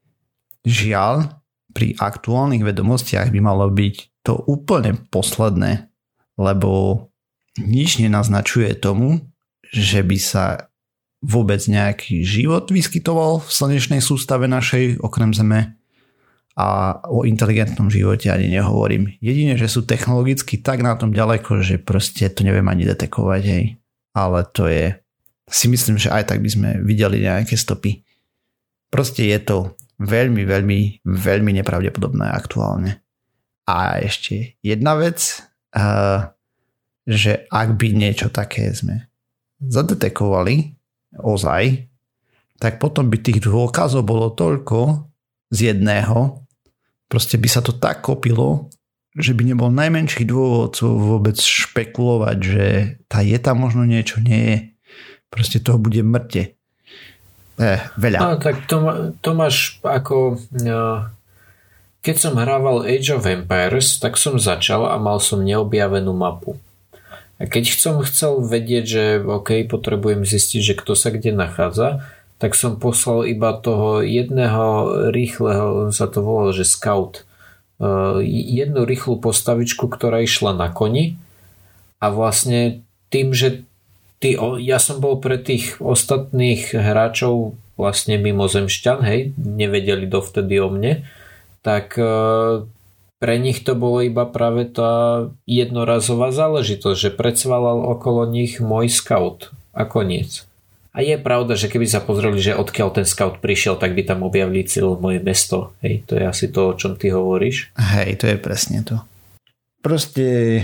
žiaľ, pri aktuálnych vedomostiach by malo byť to úplne posledné, lebo nič nenaznačuje tomu, že by sa vôbec nejaký život vyskytoval v slnečnej sústave našej okrem Zeme, a o inteligentnom živote ani nehovorím. Jedine, že sú technologicky tak na tom ďaleko, že proste to neviem ani detekovať, hej. Ale to je, si myslím, že aj tak by sme videli nejaké stopy. Proste je to veľmi, veľmi, veľmi nepravdepodobné aktuálne. A ešte jedna vec, uh, že ak by niečo také sme zadetekovali ozaj, tak potom by tých dôkazov bolo toľko z jedného, proste by sa to tak kopilo, že by nebol najmenší dôvod vôbec špekulovať, že tá je tam možno niečo, nie je. Proste toho bude mŕte. Eh, veľa. No, tak to, to máš ako... Uh... Keď som hrával Age of Empires, tak som začal a mal som neobjavenú mapu. A keď som chcel vedieť, že OK, potrebujem zistiť, že kto sa kde nachádza, tak som poslal iba toho jedného rýchleho, on sa to volal, že scout, jednu rýchlu postavičku, ktorá išla na koni a vlastne tým, že ty, ja som bol pre tých ostatných hráčov vlastne mimozemšťan, hej, nevedeli dovtedy o mne, tak pre nich to bolo iba práve tá jednorazová záležitosť, že predsvalal okolo nich môj scout a koniec. A je pravda, že keby sa pozreli, že odkiaľ ten scout prišiel, tak by tam objavili celé moje mesto. Hej, to je asi to, o čom ty hovoríš. Hej, to je presne to. Proste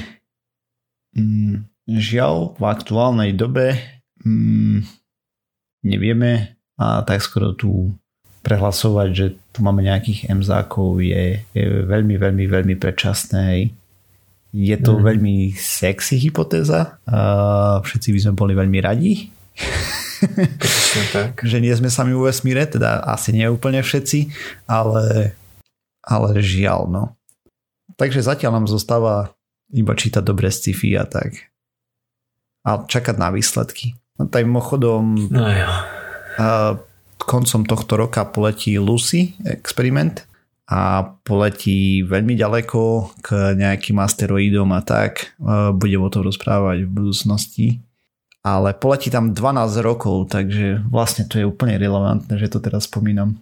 mm, žiaľ v aktuálnej dobe mm, nevieme a tak skoro tu prehlasovať, že tu máme nejakých emzákov je, je veľmi, veľmi, veľmi predčasné. Je to mm. veľmi sexy hypotéza a všetci by sme boli veľmi radi. tak. Že nie sme sami vo vesmíre, teda asi nie úplne všetci, ale, ale žiaľ, no. Takže zatiaľ nám zostáva iba čítať dobré sci-fi a tak. A čakať na výsledky. No tak mimochodom no jo. A koncom tohto roka poletí Lucy experiment a poletí veľmi ďaleko k nejakým asteroidom a tak. Budem o tom rozprávať v budúcnosti. Ale poletí tam dvanásť rokov, takže vlastne to je úplne relevantné, že to teraz spomínam.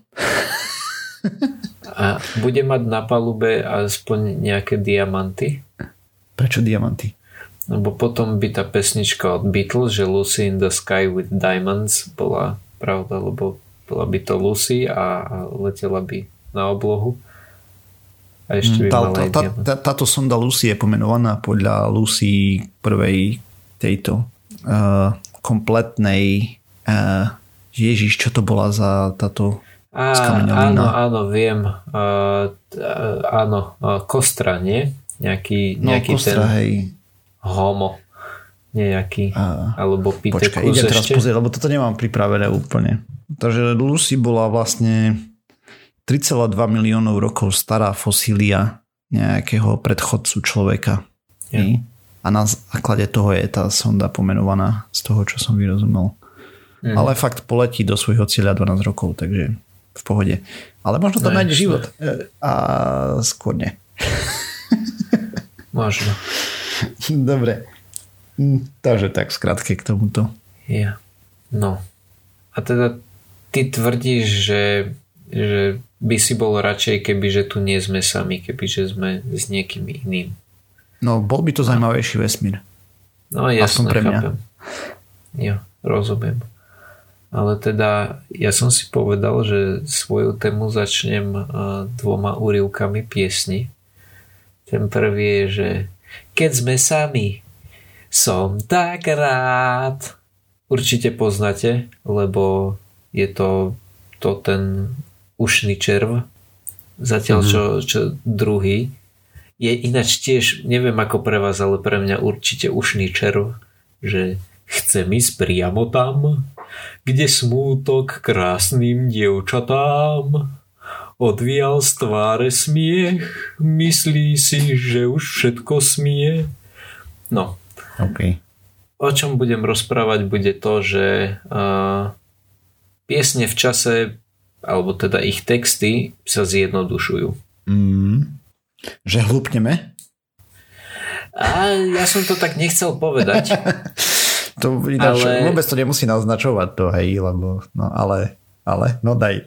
A bude mať na palube aspoň nejaké diamanty? Prečo diamanty? Lebo potom by tá pesnička od Beatles, že Lucy in the Sky with Diamonds bola pravda, lebo bola by to Lucy a letela by na oblohu. A ešte by tá, mala tá, aj tá, diamant. Táto sonda Lucy je pomenovaná podľa Lucy prvej tejto uh, kompletnej uh, Ježiš, čo to bola za táto Á, áno, áno, viem. Uh, áno, uh, Kostra, nie? Nejaký, no, nejaký Kostra, ten hej. Homo. Nejaký. Uh, alebo Pitekus počkaj, idem teraz ešte. pozrieť, lebo toto nemám pripravené úplne. Takže Lucy bola vlastne tri celé dva miliónov rokov stará fosília nejakého predchodcu človeka. Yeah. A na základe toho je tá sonda pomenovaná z toho, čo som vyrozumel. Mm. Ale fakt poletí do svojho cieľa dvanásť rokov, takže v pohode. Ale možno tam nájde život. A skôr nie. Možno. Dobre. Takže tak skrátke k tomuto. Ja. No. A teda ty tvrdíš, že, že by si bol radšej, keby že tu nie sme sami, keby že sme s niekým iným. No, bol by to zaujímavejší vesmír. No jasne, chápem. Jo, rozumiem. Ale teda ja som si povedal, že svoju tému začnem dvoma úryvkami piesni. Ten prvý je, že keď sme sami, som tak rád. Určite poznáte, lebo je to, to ten ušný červ. Zatiaľ čo, čo druhý je ináč tiež, neviem ako pre vás, ale pre mňa určite ušný červ, že chcem ísť priamo tam, kde smútok krásnym dievčatám odvíjal z tváre smiech, myslí si, že už všetko smie. No. Okay. O čom budem rozprávať bude to, že uh, piesne v čase, alebo teda ich texty sa zjednodušujú. Mm. Že hlúpneme? A ja som to tak nechcel povedať. To ináč, ale... vôbec to nemusí naznačovať to, hej, lebo, no ale, ale, no daj.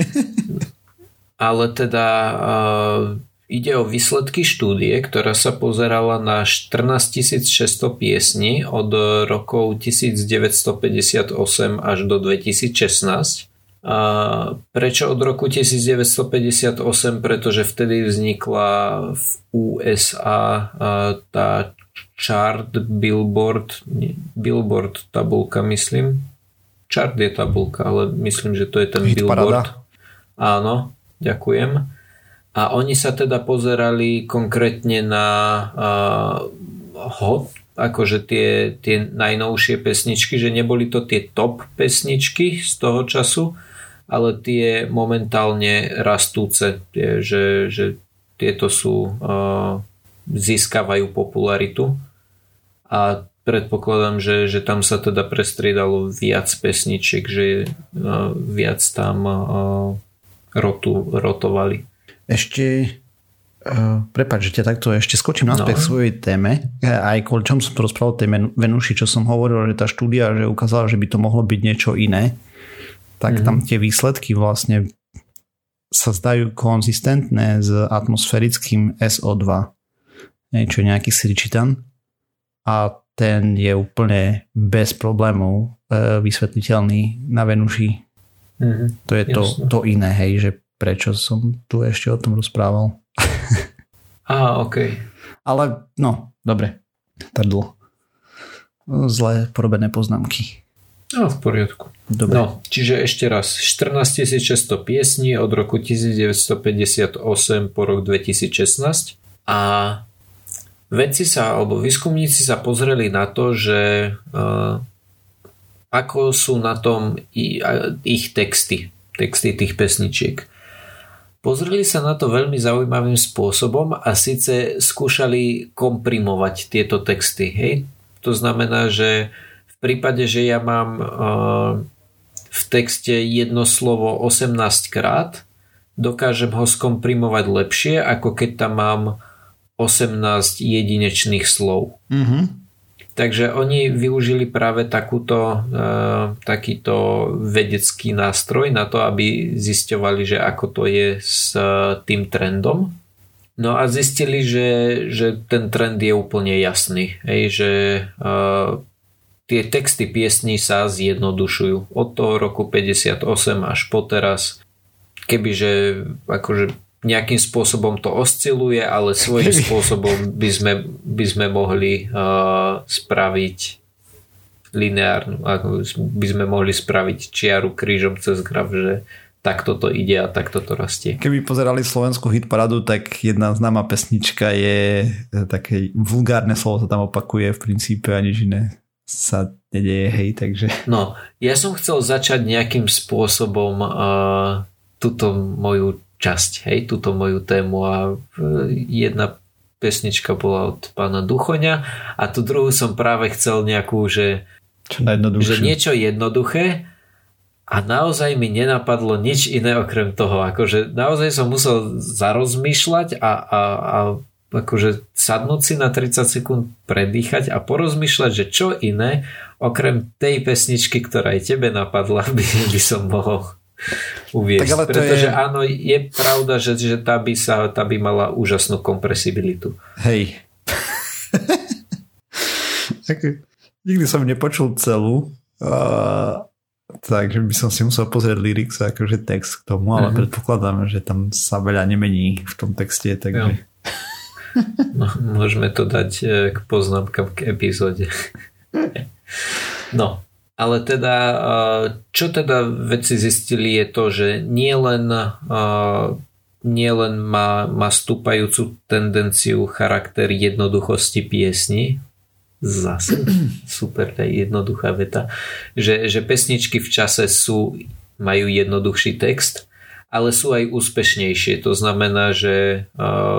Ale teda uh, ide o výsledky štúdie, ktorá sa pozerala na štrnásťtisícšesťsto piesní od rokov devätnásťstopäťdesiatosem až do dvetisícšestnásť. A prečo od roku devätnásťstopäťdesiatosem? Pretože vtedy vznikla v ú es á tá chart billboard billboard tabulka, myslím. Chart je tabulka, ale myslím, že to je ten Hit billboard. Parada. Áno, ďakujem. A oni sa teda pozerali konkrétne na uh, hot, akože tie, tie najnovšie pesničky, že neboli to tie top pesničky z toho času, ale tie momentálne rastúce, tie, že, že tieto sú uh, získavajú popularitu a predpokladám, že, že tam sa teda prestriedalo viac pesničiek, že uh, viac tam uh, rotu, rotovali. Ešte uh, prepáč, že ťa takto ešte skočím naspäť no. k svojej téme, aj kvôli čom som to rozprával o tej Venuši, čo som hovoril, že tá štúdia, že ukázala, že by to mohlo byť niečo iné, tak mm-hmm. tam tie výsledky vlastne sa zdajú konzistentné s atmosférickým es ó dva, čo je nejaký siličitan, a ten je úplne bez problémov e, vysvetliteľný na Venuši. Mm-hmm. To je to, to iné, hej, že prečo som tu ešte o tom rozprával. Á, okej. Okay. Ale, no, dobre. Trdlo. Zlé porobené poznámky. No, v poriadku. Dobre. No, čiže ešte raz. štrnásťtisícšesťsto piesní od roku devätnásťstopäťdesiatosem po rok dvetisícšestnásť. A vedci sa, alebo výskumníci sa pozreli na to, že uh, ako sú na tom i, uh, ich texty. Texty tých pesničiek. Pozreli sa na to veľmi zaujímavým spôsobom a síce skúšali komprimovať tieto texty. Hej? To znamená, že v prípade, že ja mám uh, v texte jedno slovo osemnásť krát, dokážem ho skomprimovať lepšie, ako keď tam mám osemnásť jedinečných slov. Mm-hmm. Takže oni využili práve takúto, uh, takýto vedecký nástroj na to, aby zisťovali, že ako to je s uh, tým trendom. No a zistili, že, že ten trend je úplne jasný. Hej, že uh, tie texty piesní sa zjednodušujú. Od toho roku päťdesiatosem až po teraz. Kebyže akože nejakým spôsobom to osciluje, ale svojím Keby. spôsobom by sme, by sme mohli uh, spraviť lineárnu, by sme mohli spraviť čiaru krížom cez graf, že takto to ide a takto to rastie. Keby pozerali slovenskú hitparadu, tak jedna známa pesnička je také vulgárne slovo sa tam opakuje v princípe a nič iné sa nedeje, hej, takže... No, ja som chcel začať nejakým spôsobom uh, túto moju časť, hej, túto moju tému a uh, jedna pesnička bola od pána Duchoňa a tú druhú som práve chcel nejakú, že, že niečo jednoduché a naozaj mi nenapadlo nič iné okrem toho, akože naozaj som musel zarozmýšľať a, a, a akože sadnúť si na tridsať sekúnd, predýchať a porozmýšľať, že čo iné okrem tej pesničky, ktorá aj tebe napadla, by, by som mohol uviesť. Pretože je... áno, je pravda, že, že tá, by sa, tá by mala úžasnú kompresibilitu. Hej. Nikdy som nepočul celú, uh, takže by som si musel pozrieť lyrics, akože text k tomu, ale uh-huh. predpokladám, že tam sa veľa nemení v tom texte, takže... No, môžeme to dať k poznámkam k epizóde. No, ale teda, čo teda vedci zistili je to, že nie len, nie len má, má stúpajúcu tendenciu charakter jednoduchosti piesni, zase super, jednoduchá veta, že, že pesničky v čase sú, majú jednoduchší text, ale sú aj úspešnejšie. To znamená, že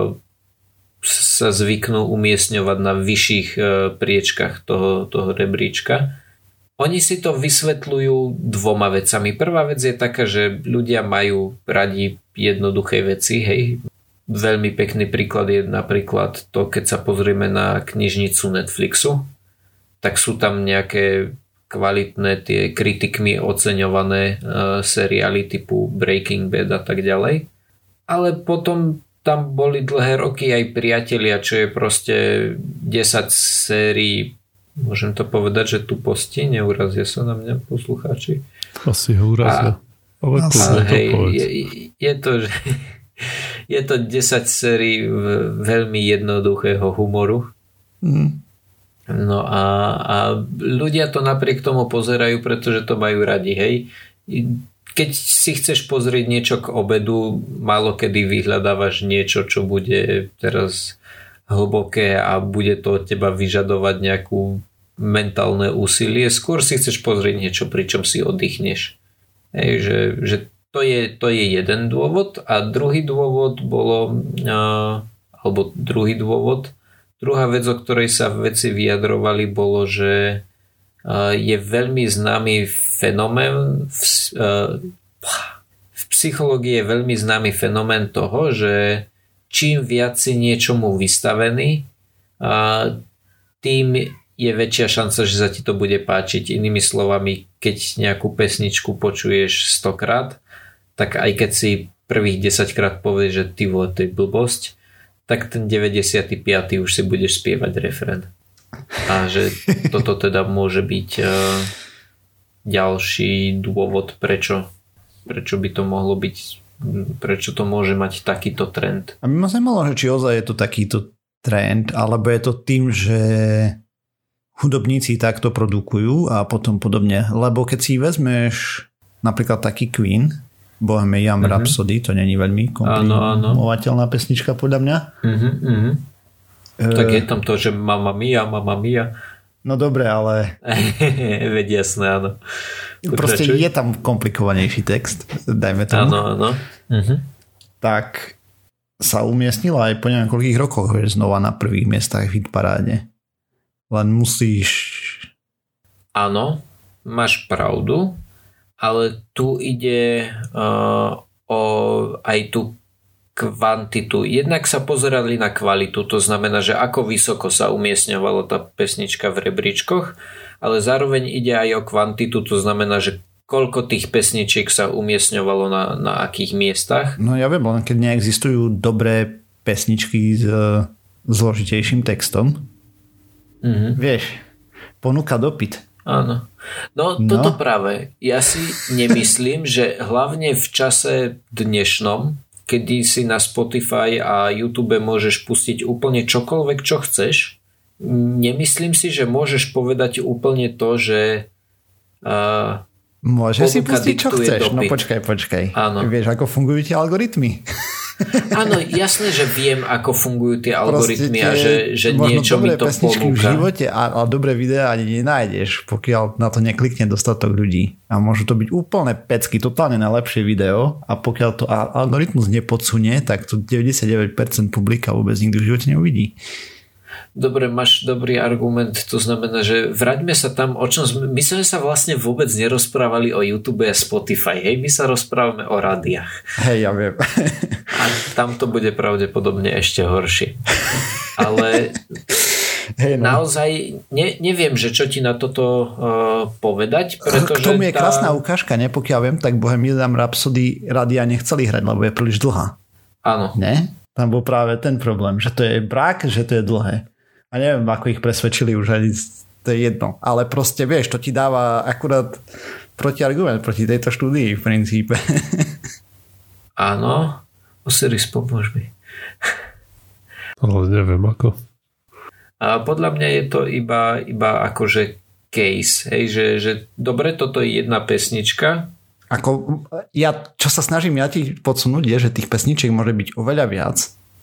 sa zvyknú umiestňovať na vyšších priečkach toho, toho rebríčka. Oni si to vysvetľujú dvoma vecami. Prvá vec je taká, že ľudia majú radi jednoduché veci. Hej. Veľmi pekný príklad je napríklad to, keď sa pozrieme na knižnicu Netflixu, tak sú tam nejaké kvalitné tie kritikmi oceňované seriály typu Breaking Bad a tak ďalej. Ale potom tam boli dlhé roky aj Priatelia, čo je proste desať sérií, môžem to povedať, že tu posti, neurazia sa na mňa poslucháči. Asi ho urazia. Ale, ale hej, je, je to, že je to desať sérií veľmi jednoduchého humoru. Mm. No a, a ľudia to napriek tomu pozerajú, pretože to majú radi, hej. Keď si chceš pozrieť niečo k obedu, málo kedy vyhľadávaš niečo, čo bude teraz hlboké a bude to od teba vyžadovať nejakú mentálne úsilie. Skôr si chceš pozrieť niečo, pričom si oddychneš. Hej, že, že to, je, to je jeden dôvod. A druhý dôvod bolo, uh, alebo druhý dôvod, druhá vec, o ktorej sa vedci vyjadrovali, bolo, že je veľmi známy fenomén v, v psychológii je veľmi známy fenomén toho, že čím viac si niečomu vystavený, tým je väčšia šanca, že sa ti to bude páčiť. Inými slovami, keď nejakú pesničku počuješ stokrát, tak aj keď si prvých desaťkrát povieš, že ty vole, to je blbosť, tak ten deväťdesiaty piaty už si budeš spievať refrén. A že toto teda môže byť uh, ďalší dôvod, prečo, prečo by to mohlo byť, prečo to môže mať takýto trend. A my ma zaujímalo, že či ozaj je to takýto trend, alebo je to tým, že hudobníci takto produkujú a potom podobne. Lebo keď si vezmeš napríklad taký Queen, Bohemian mm-hmm. Rhapsody, to není veľmi komplimovateľná pesnička podľa mňa. Mhm, mhm. Tak je tam to, že Mamma Mia, Mamma Mia. No dobre, ale... Veď jasné, áno. Proste je tam komplikovanejší text, dajme tomu. Áno, áno. Uh-huh. Tak sa umiestnila aj po niekoľkých rokoch, vieš, znova na prvých miestach v hitparáde. Len musíš... Áno, máš pravdu, ale tu ide uh, o aj tú kvantitu. Jednak sa pozerali na kvalitu, to znamená, že ako vysoko sa umiestňovala tá pesnička v rebríčkoch, ale zároveň ide aj o kvantitu, to znamená, že koľko tých pesničiek sa umiestňovalo na, na akých miestach. No ja viem, len keď neexistujú dobré pesničky s zložitejším textom, mm-hmm. vieš, ponuka dopyt. Áno. No, no toto práve. Ja si nemyslím, že hlavne v čase dnešnom, kedy si na Spotify a YouTube môžeš pustiť úplne čokoľvek, čo chceš. Nemyslím si, že môžeš povedať úplne to, že uh, môžeš si pustiť, čo chceš. Dopyt. No počkaj, počkaj. Áno. Vieš, ako fungujú tie algoritmy? Áno, jasné, že viem, ako fungujú tie algoritmy a že, že niečo mi to ponúka. V živote a, a dobré videá ani nenájdeš, pokiaľ na to neklikne dostatok ľudí. A môžu to byť úplne pecky, totálne najlepšie video a pokiaľ to algoritmus nepodsunie, tak to deväťdesiatdeväť percent publika vôbec nikdy v živote neuvidí. Dobre, máš dobrý argument, to znamená, že vráťme sa tam, o čom sme, my sme sa vlastne vôbec nerozprávali o YouTube a Spotify, hej, my sa rozprávame o rádiách. Hej, ja viem. A tam to bude pravdepodobne ešte horšie. Ale hey, no. naozaj ne, neviem, že čo ti na toto uh, povedať, pretože... K tomu je tá... krásna ukážka, ne? Pokiaľ viem, tak Bohemian Rhapsody rádia nechceli hrať, lebo je príliš dlhá. Áno. Ne? Tam bol práve ten problém, že to je brak, že to je dlhé. A neviem, ako ich presvedčili už aj to je jedno. Ale proste, vieš, to ti dáva akurát protiargument proti tejto štúdii v princípe. Áno. Osiris, pomôž mi. Ale neviem ako. A podľa mňa je to iba, iba akože case, hej, že, že dobre, toto je jedna pesnička. Ako, ja, čo sa snažím ja ti podsunúť je, že tých pesničiek môže byť oveľa viac.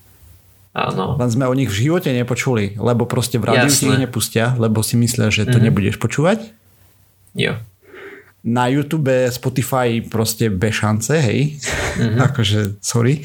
Áno. Len sme o nich v živote nepočuli, lebo proste v rádiu ti ich nepustia, lebo si myslia, že to mm-hmm. nebudeš počúvať. Jo. Na YouTube, Spotify proste bez šance, hej. Mm-hmm. akože, sorry.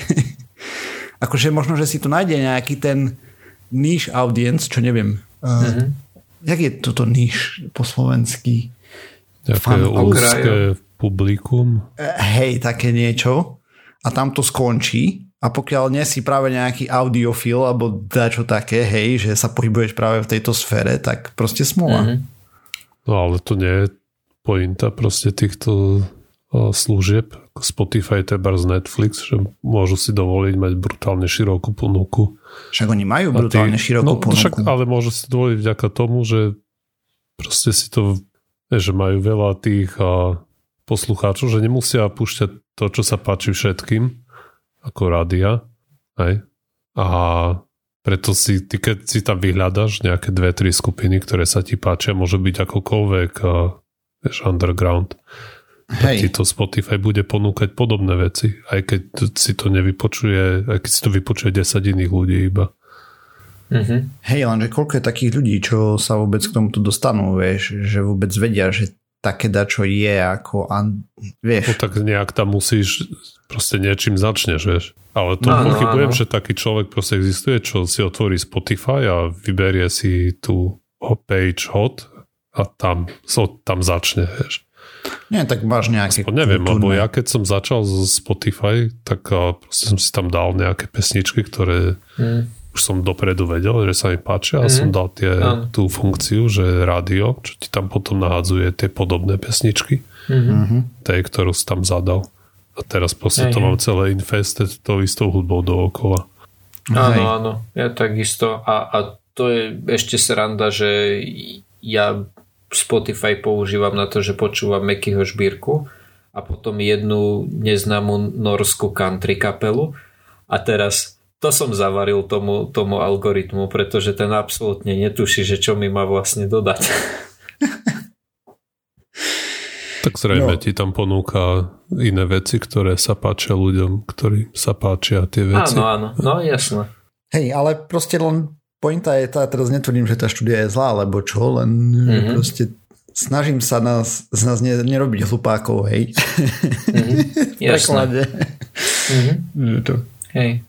akože možno, že si tu nájde nejaký ten niche audience, čo neviem. Mm-hmm. Uh, jak je toto niche po slovensky? Nejaké úzké publikum. Hej, také niečo. A tam to skončí. A pokiaľ nie si práve nejaký audiofil alebo dačo také, hej, že sa pohybuješ práve v tejto sfére, tak proste smola. Mm-hmm. No ale to nie je pointa proste týchto služieb. Spotify, tebars, Netflix, že môžu si dovoliť mať brutálne širokú ponuku. Však oni majú brutálne ty, širokú no, ponuku. Však, ale môžu si dovoliť vďaka tomu, že proste si to, že majú veľa tých a, poslucháčov, že nemusia púšťať to, čo sa páči všetkým, ako rádia. Hej. A preto si, ty keď si tam vyhľadaš nejaké dve, tri skupiny, ktoré sa ti páčia, môže byť akokoľvek a, vieš, underground. Tak ti to Spotify bude ponúkať podobné veci, aj keď si to nevypočuje, aj keď si to vypočuje desať iných ľudí iba. Mm-hmm. Hej, lenže koľko je takých ľudí, čo sa vôbec k tomuto dostanú, vieš, že vôbec vedia, že také dačo je ako, vieš. No tak nejak tam musíš, proste niečím začneš, vieš. Ale to no, pochybujem, no, no. že taký človek proste existuje, čo si otvorí Spotify a vyberie si tú page hot a tam, so, tam začne, vieš. Nie, tak máš nejaké... Aspoň neviem, lebo ja keď som začal zo Spotify, tak proste som si tam dal nejaké pesničky, ktoré mm. už som dopredu vedel, že sa mi páčia a mm. som dal tie, mm. tú funkciu, že rádio, čo ti tam potom nahádzuje tie podobné pesničky, mm-hmm. tej, ktorú si tam zadal. A teraz proste Aj, to mám celé infested tou istou hudbou dookola. Áno, áno, ja takisto. A, a to je ešte sranda, že ja Spotify používam na to, že počúvam Mekyho Žbírku a potom jednu neznámu norskú country kapelu a teraz to som zavaril tomu, tomu algoritmu, pretože ten absolútne netuší, že čo mi má vlastne dodať. Tak zrejme no. ti tam ponúka iné veci, ktoré sa páčia ľuďom, ktorí sa páčia tie veci. Áno, áno, no jasné. Hej, ale proste len pointa je tá, teraz netvrdím, že tá štúdia je zlá, alebo čo, len mm-hmm. proste snažím sa nás, z nás ne, nerobiť hlupákov, hej. Mm-hmm. Jasné. Mm-hmm. To. Hej.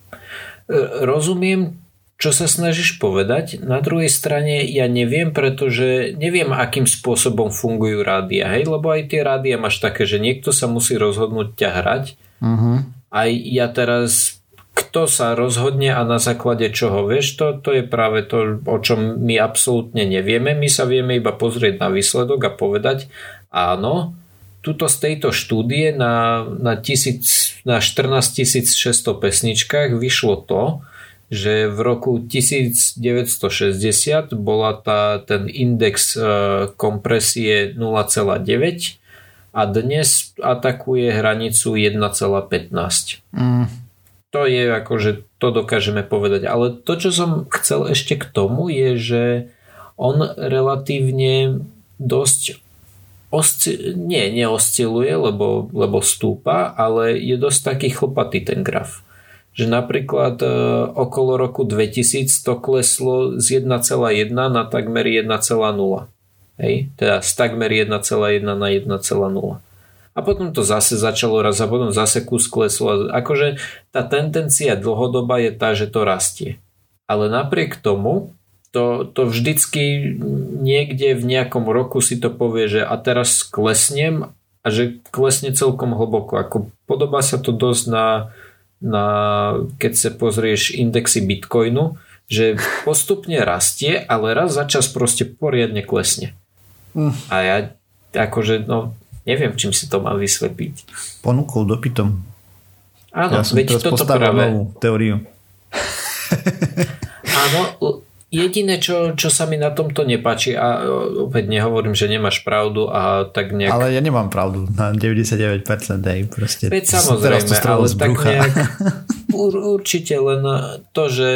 Rozumiem, čo sa snažíš povedať. Na druhej strane ja neviem, pretože neviem, akým spôsobom fungujú rádia, hej, lebo aj tie rádia máš také, že niekto sa musí rozhodnúť ťa hrať. Mm-hmm. Aj ja teraz... Kto sa rozhodne a na základe čoho, vieš, to, to je práve to, o čom my absolútne nevieme. My sa vieme iba pozrieť na výsledok a povedať, áno, tuto z tejto štúdie na, na, tisíc, na štrnásťtisícšesťsto pesničkách vyšlo to, že v roku devätnásťstošesťdesiat bola tá, ten index e, kompresie nula celá deväť a dnes atakuje hranicu jeden celá pätnásť. Mm. To je akože, to dokážeme povedať. Ale to, čo som chcel ešte k tomu, je, že on relatívne dosť osci- nie, neosciluje, lebo, lebo stúpa, ale je dosť taký chlpatý ten graf. Že napríklad e, okolo roku dvetisíc to kleslo z jeden celá jeden na takmer jeden celá nula. Hej? Teda z takmer jeden celá jeden na jeden celá nula. A potom to zase začalo raz a potom zase kus kleslo. Akože tá tendencia dlhodoba je tá, že to rastie. Ale napriek tomu to, to vždycky niekde v nejakom roku si to povie, že a teraz klesnem a že klesne celkom hlboko. Ako podobá sa to dosť na, na keď sa pozrieš indexy Bitcoinu, že postupne rastie, ale raz za čas proste poriadne klesne. Mm. A ja akože no neviem, čím si to má vysvetliť. Ponukou, dopytom. Áno, ja som veď teraz toto postavil práve. novú teóriu. Áno, Jediné, čo, čo sa mi na tomto nepáči, a opäť nehovorím, že nemáš pravdu a tak nejak... Ale ja nemám pravdu na deväťdesiatdeväť percent, hej, proste. Veď samozrejme, ale tak nejak určite len to, že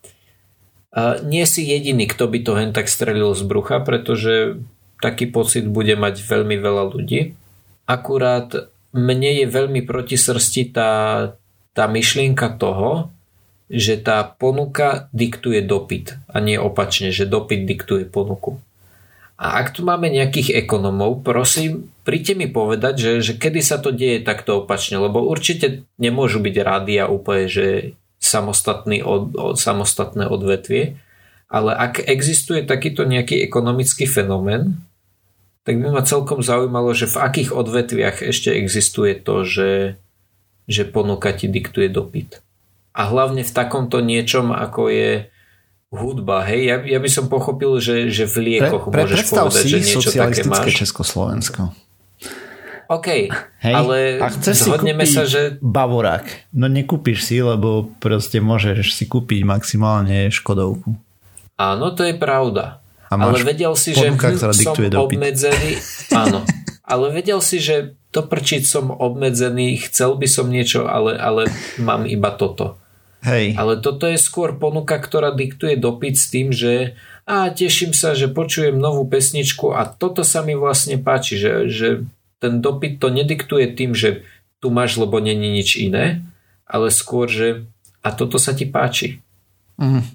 nie si jediný, kto by to hen tak strelil z brucha, pretože taký pocit bude mať veľmi veľa ľudí. Akurát mne je veľmi proti srsti tá, tá myšlienka toho, že tá ponuka diktuje dopyt a nie opačne, že dopyt diktuje ponuku. A ak tu máme nejakých ekonomov, prosím, príďte mi povedať, že, že kedy sa to deje takto opačne, lebo určite nemôžu byť rádia úplne, že samostatný od, od, samostatné odvetvie, ale ak existuje takýto nejaký ekonomický fenomén, tak by ma celkom zaujímalo, že v akých odvetviach ešte existuje to, že, že ponuka ti diktuje dopyt. A hlavne v takomto niečom, ako je hudba. Hej, ja, ja by som pochopil, že, že v liekoch pre, pre, môžeš povedať, že niečo také máš. Československo. OK, hej, ale a chceš zhodneme si sa, že... Bavorák. No nekúpiš si, lebo proste môžeš si kúpiť maximálne Škodovku. Áno, to je pravda. Ale vedel si, že ponuka, hm, som obmedzený. Áno, ale vedel si, že to prčiť som obmedzený, chcel by som niečo, ale, ale mám iba toto. Hej. Ale toto je skôr ponuka, ktorá diktuje dopyt s tým, že a teším sa, že počujem novú pesničku a toto sa mi vlastne páči, že, že ten dopyt to nediktuje tým, že tu máš, lebo není nič iné, ale skôr, že a toto sa ti páči. Mm.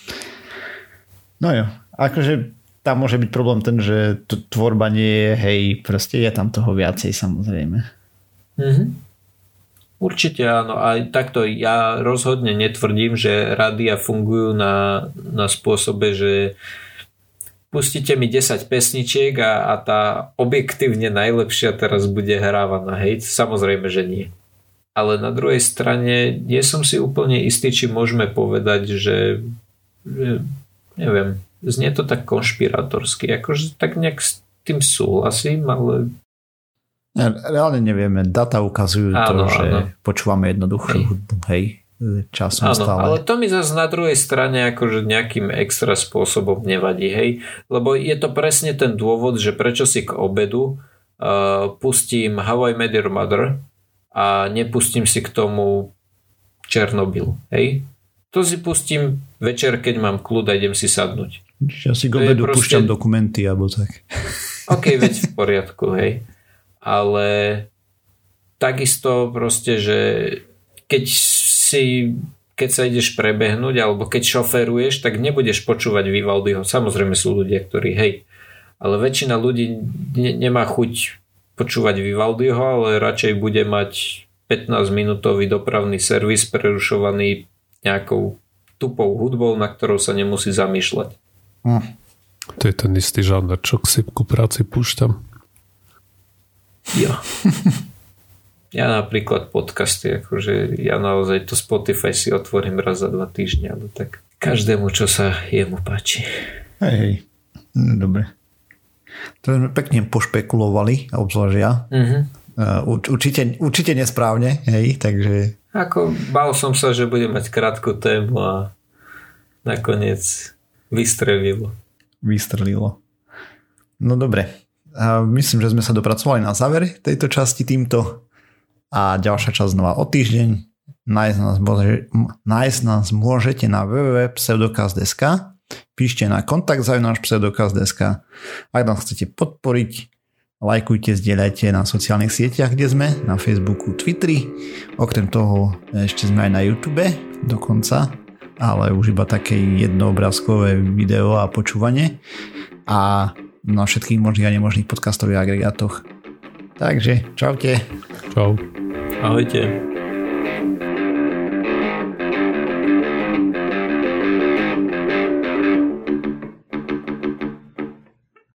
No jo, akože tam môže byť problém ten, že t- tvorba nie je, hej, proste je tam toho viacej, samozrejme. Mhm. Určite áno, aj takto ja rozhodne netvrdím, že rádia fungujú na, na spôsobe, že pustíte mi desať pesničiek a, a tá objektívne najlepšia teraz bude hrávaná, hej, samozrejme, že nie. Ale na druhej strane nie som si úplne istý, či môžeme povedať, že, že neviem, znie to tak konšpirátorsky, akože tak nejak s tým súhlasím, ale reálne nevieme, data ukazujú áno, to, že áno. počúvame jednoduchšiu hudbu, hej, časom áno, stále. Ale to mi zase na druhej strane akože nejakým extra spôsobom nevadí, hej, lebo je to presne ten dôvod, že prečo si k obedu uh, pustím How I Met Your Mother a nepustím si k tomu Černobyl, hej. To si pustím večer, keď mám kľud a idem si sadnúť. Ja si k obedu proste... púšťam dokumenty alebo tak. OK, veď v poriadku, hej. Ale takisto proste, že keď si, keď sa ideš prebehnúť alebo keď šoferuješ, tak nebudeš počúvať Vivaldiho. Samozrejme sú ľudia, ktorí hej, ale väčšina ľudí ne, nemá chuť počúvať Vivaldiho, ale radšej bude mať pätnásťminútový dopravný servis prerušovaný nejakou tupou hudbou, na ktorou sa nemusí zamýšľať. Hm. To je ten istý žáner, čo k si ku práci púšťam. Jo. Ja napríklad podcasty, akože ja naozaj to Spotify si otvorím raz za dva týždne, ale tak každému, čo sa jemu páči. Hej, hej. No, dobre. To sme pekne pošpekulovali, obzvlášť ja. Uh-huh. Uh, určite, určite nesprávne, hej, takže... Ako bál som sa, že budem mať krátku tému a nakoniec vystrelilo. Vystrelilo. No dobre. A myslím, že sme sa dopracovali na záver tejto časti týmto a ďalšia časť znova o týždeň. Nájsť nás, môže, nájsť nás môžete na w w w bodka pseudokaz bodka es ka, píšte na kontakt zavináč pseudokaz bodka es ka. Ak nás chcete podporiť, lajkujte, zdieľajte na sociálnych sieťach, kde sme, na Facebooku, Twitteri. Okrem toho ešte sme aj na YouTube dokonca, ale už iba také jednoobrázkové video a počúvanie. A na všetkých možných a nemožných podcastových agregátoch. Takže, čaute. Čau. Ahojte.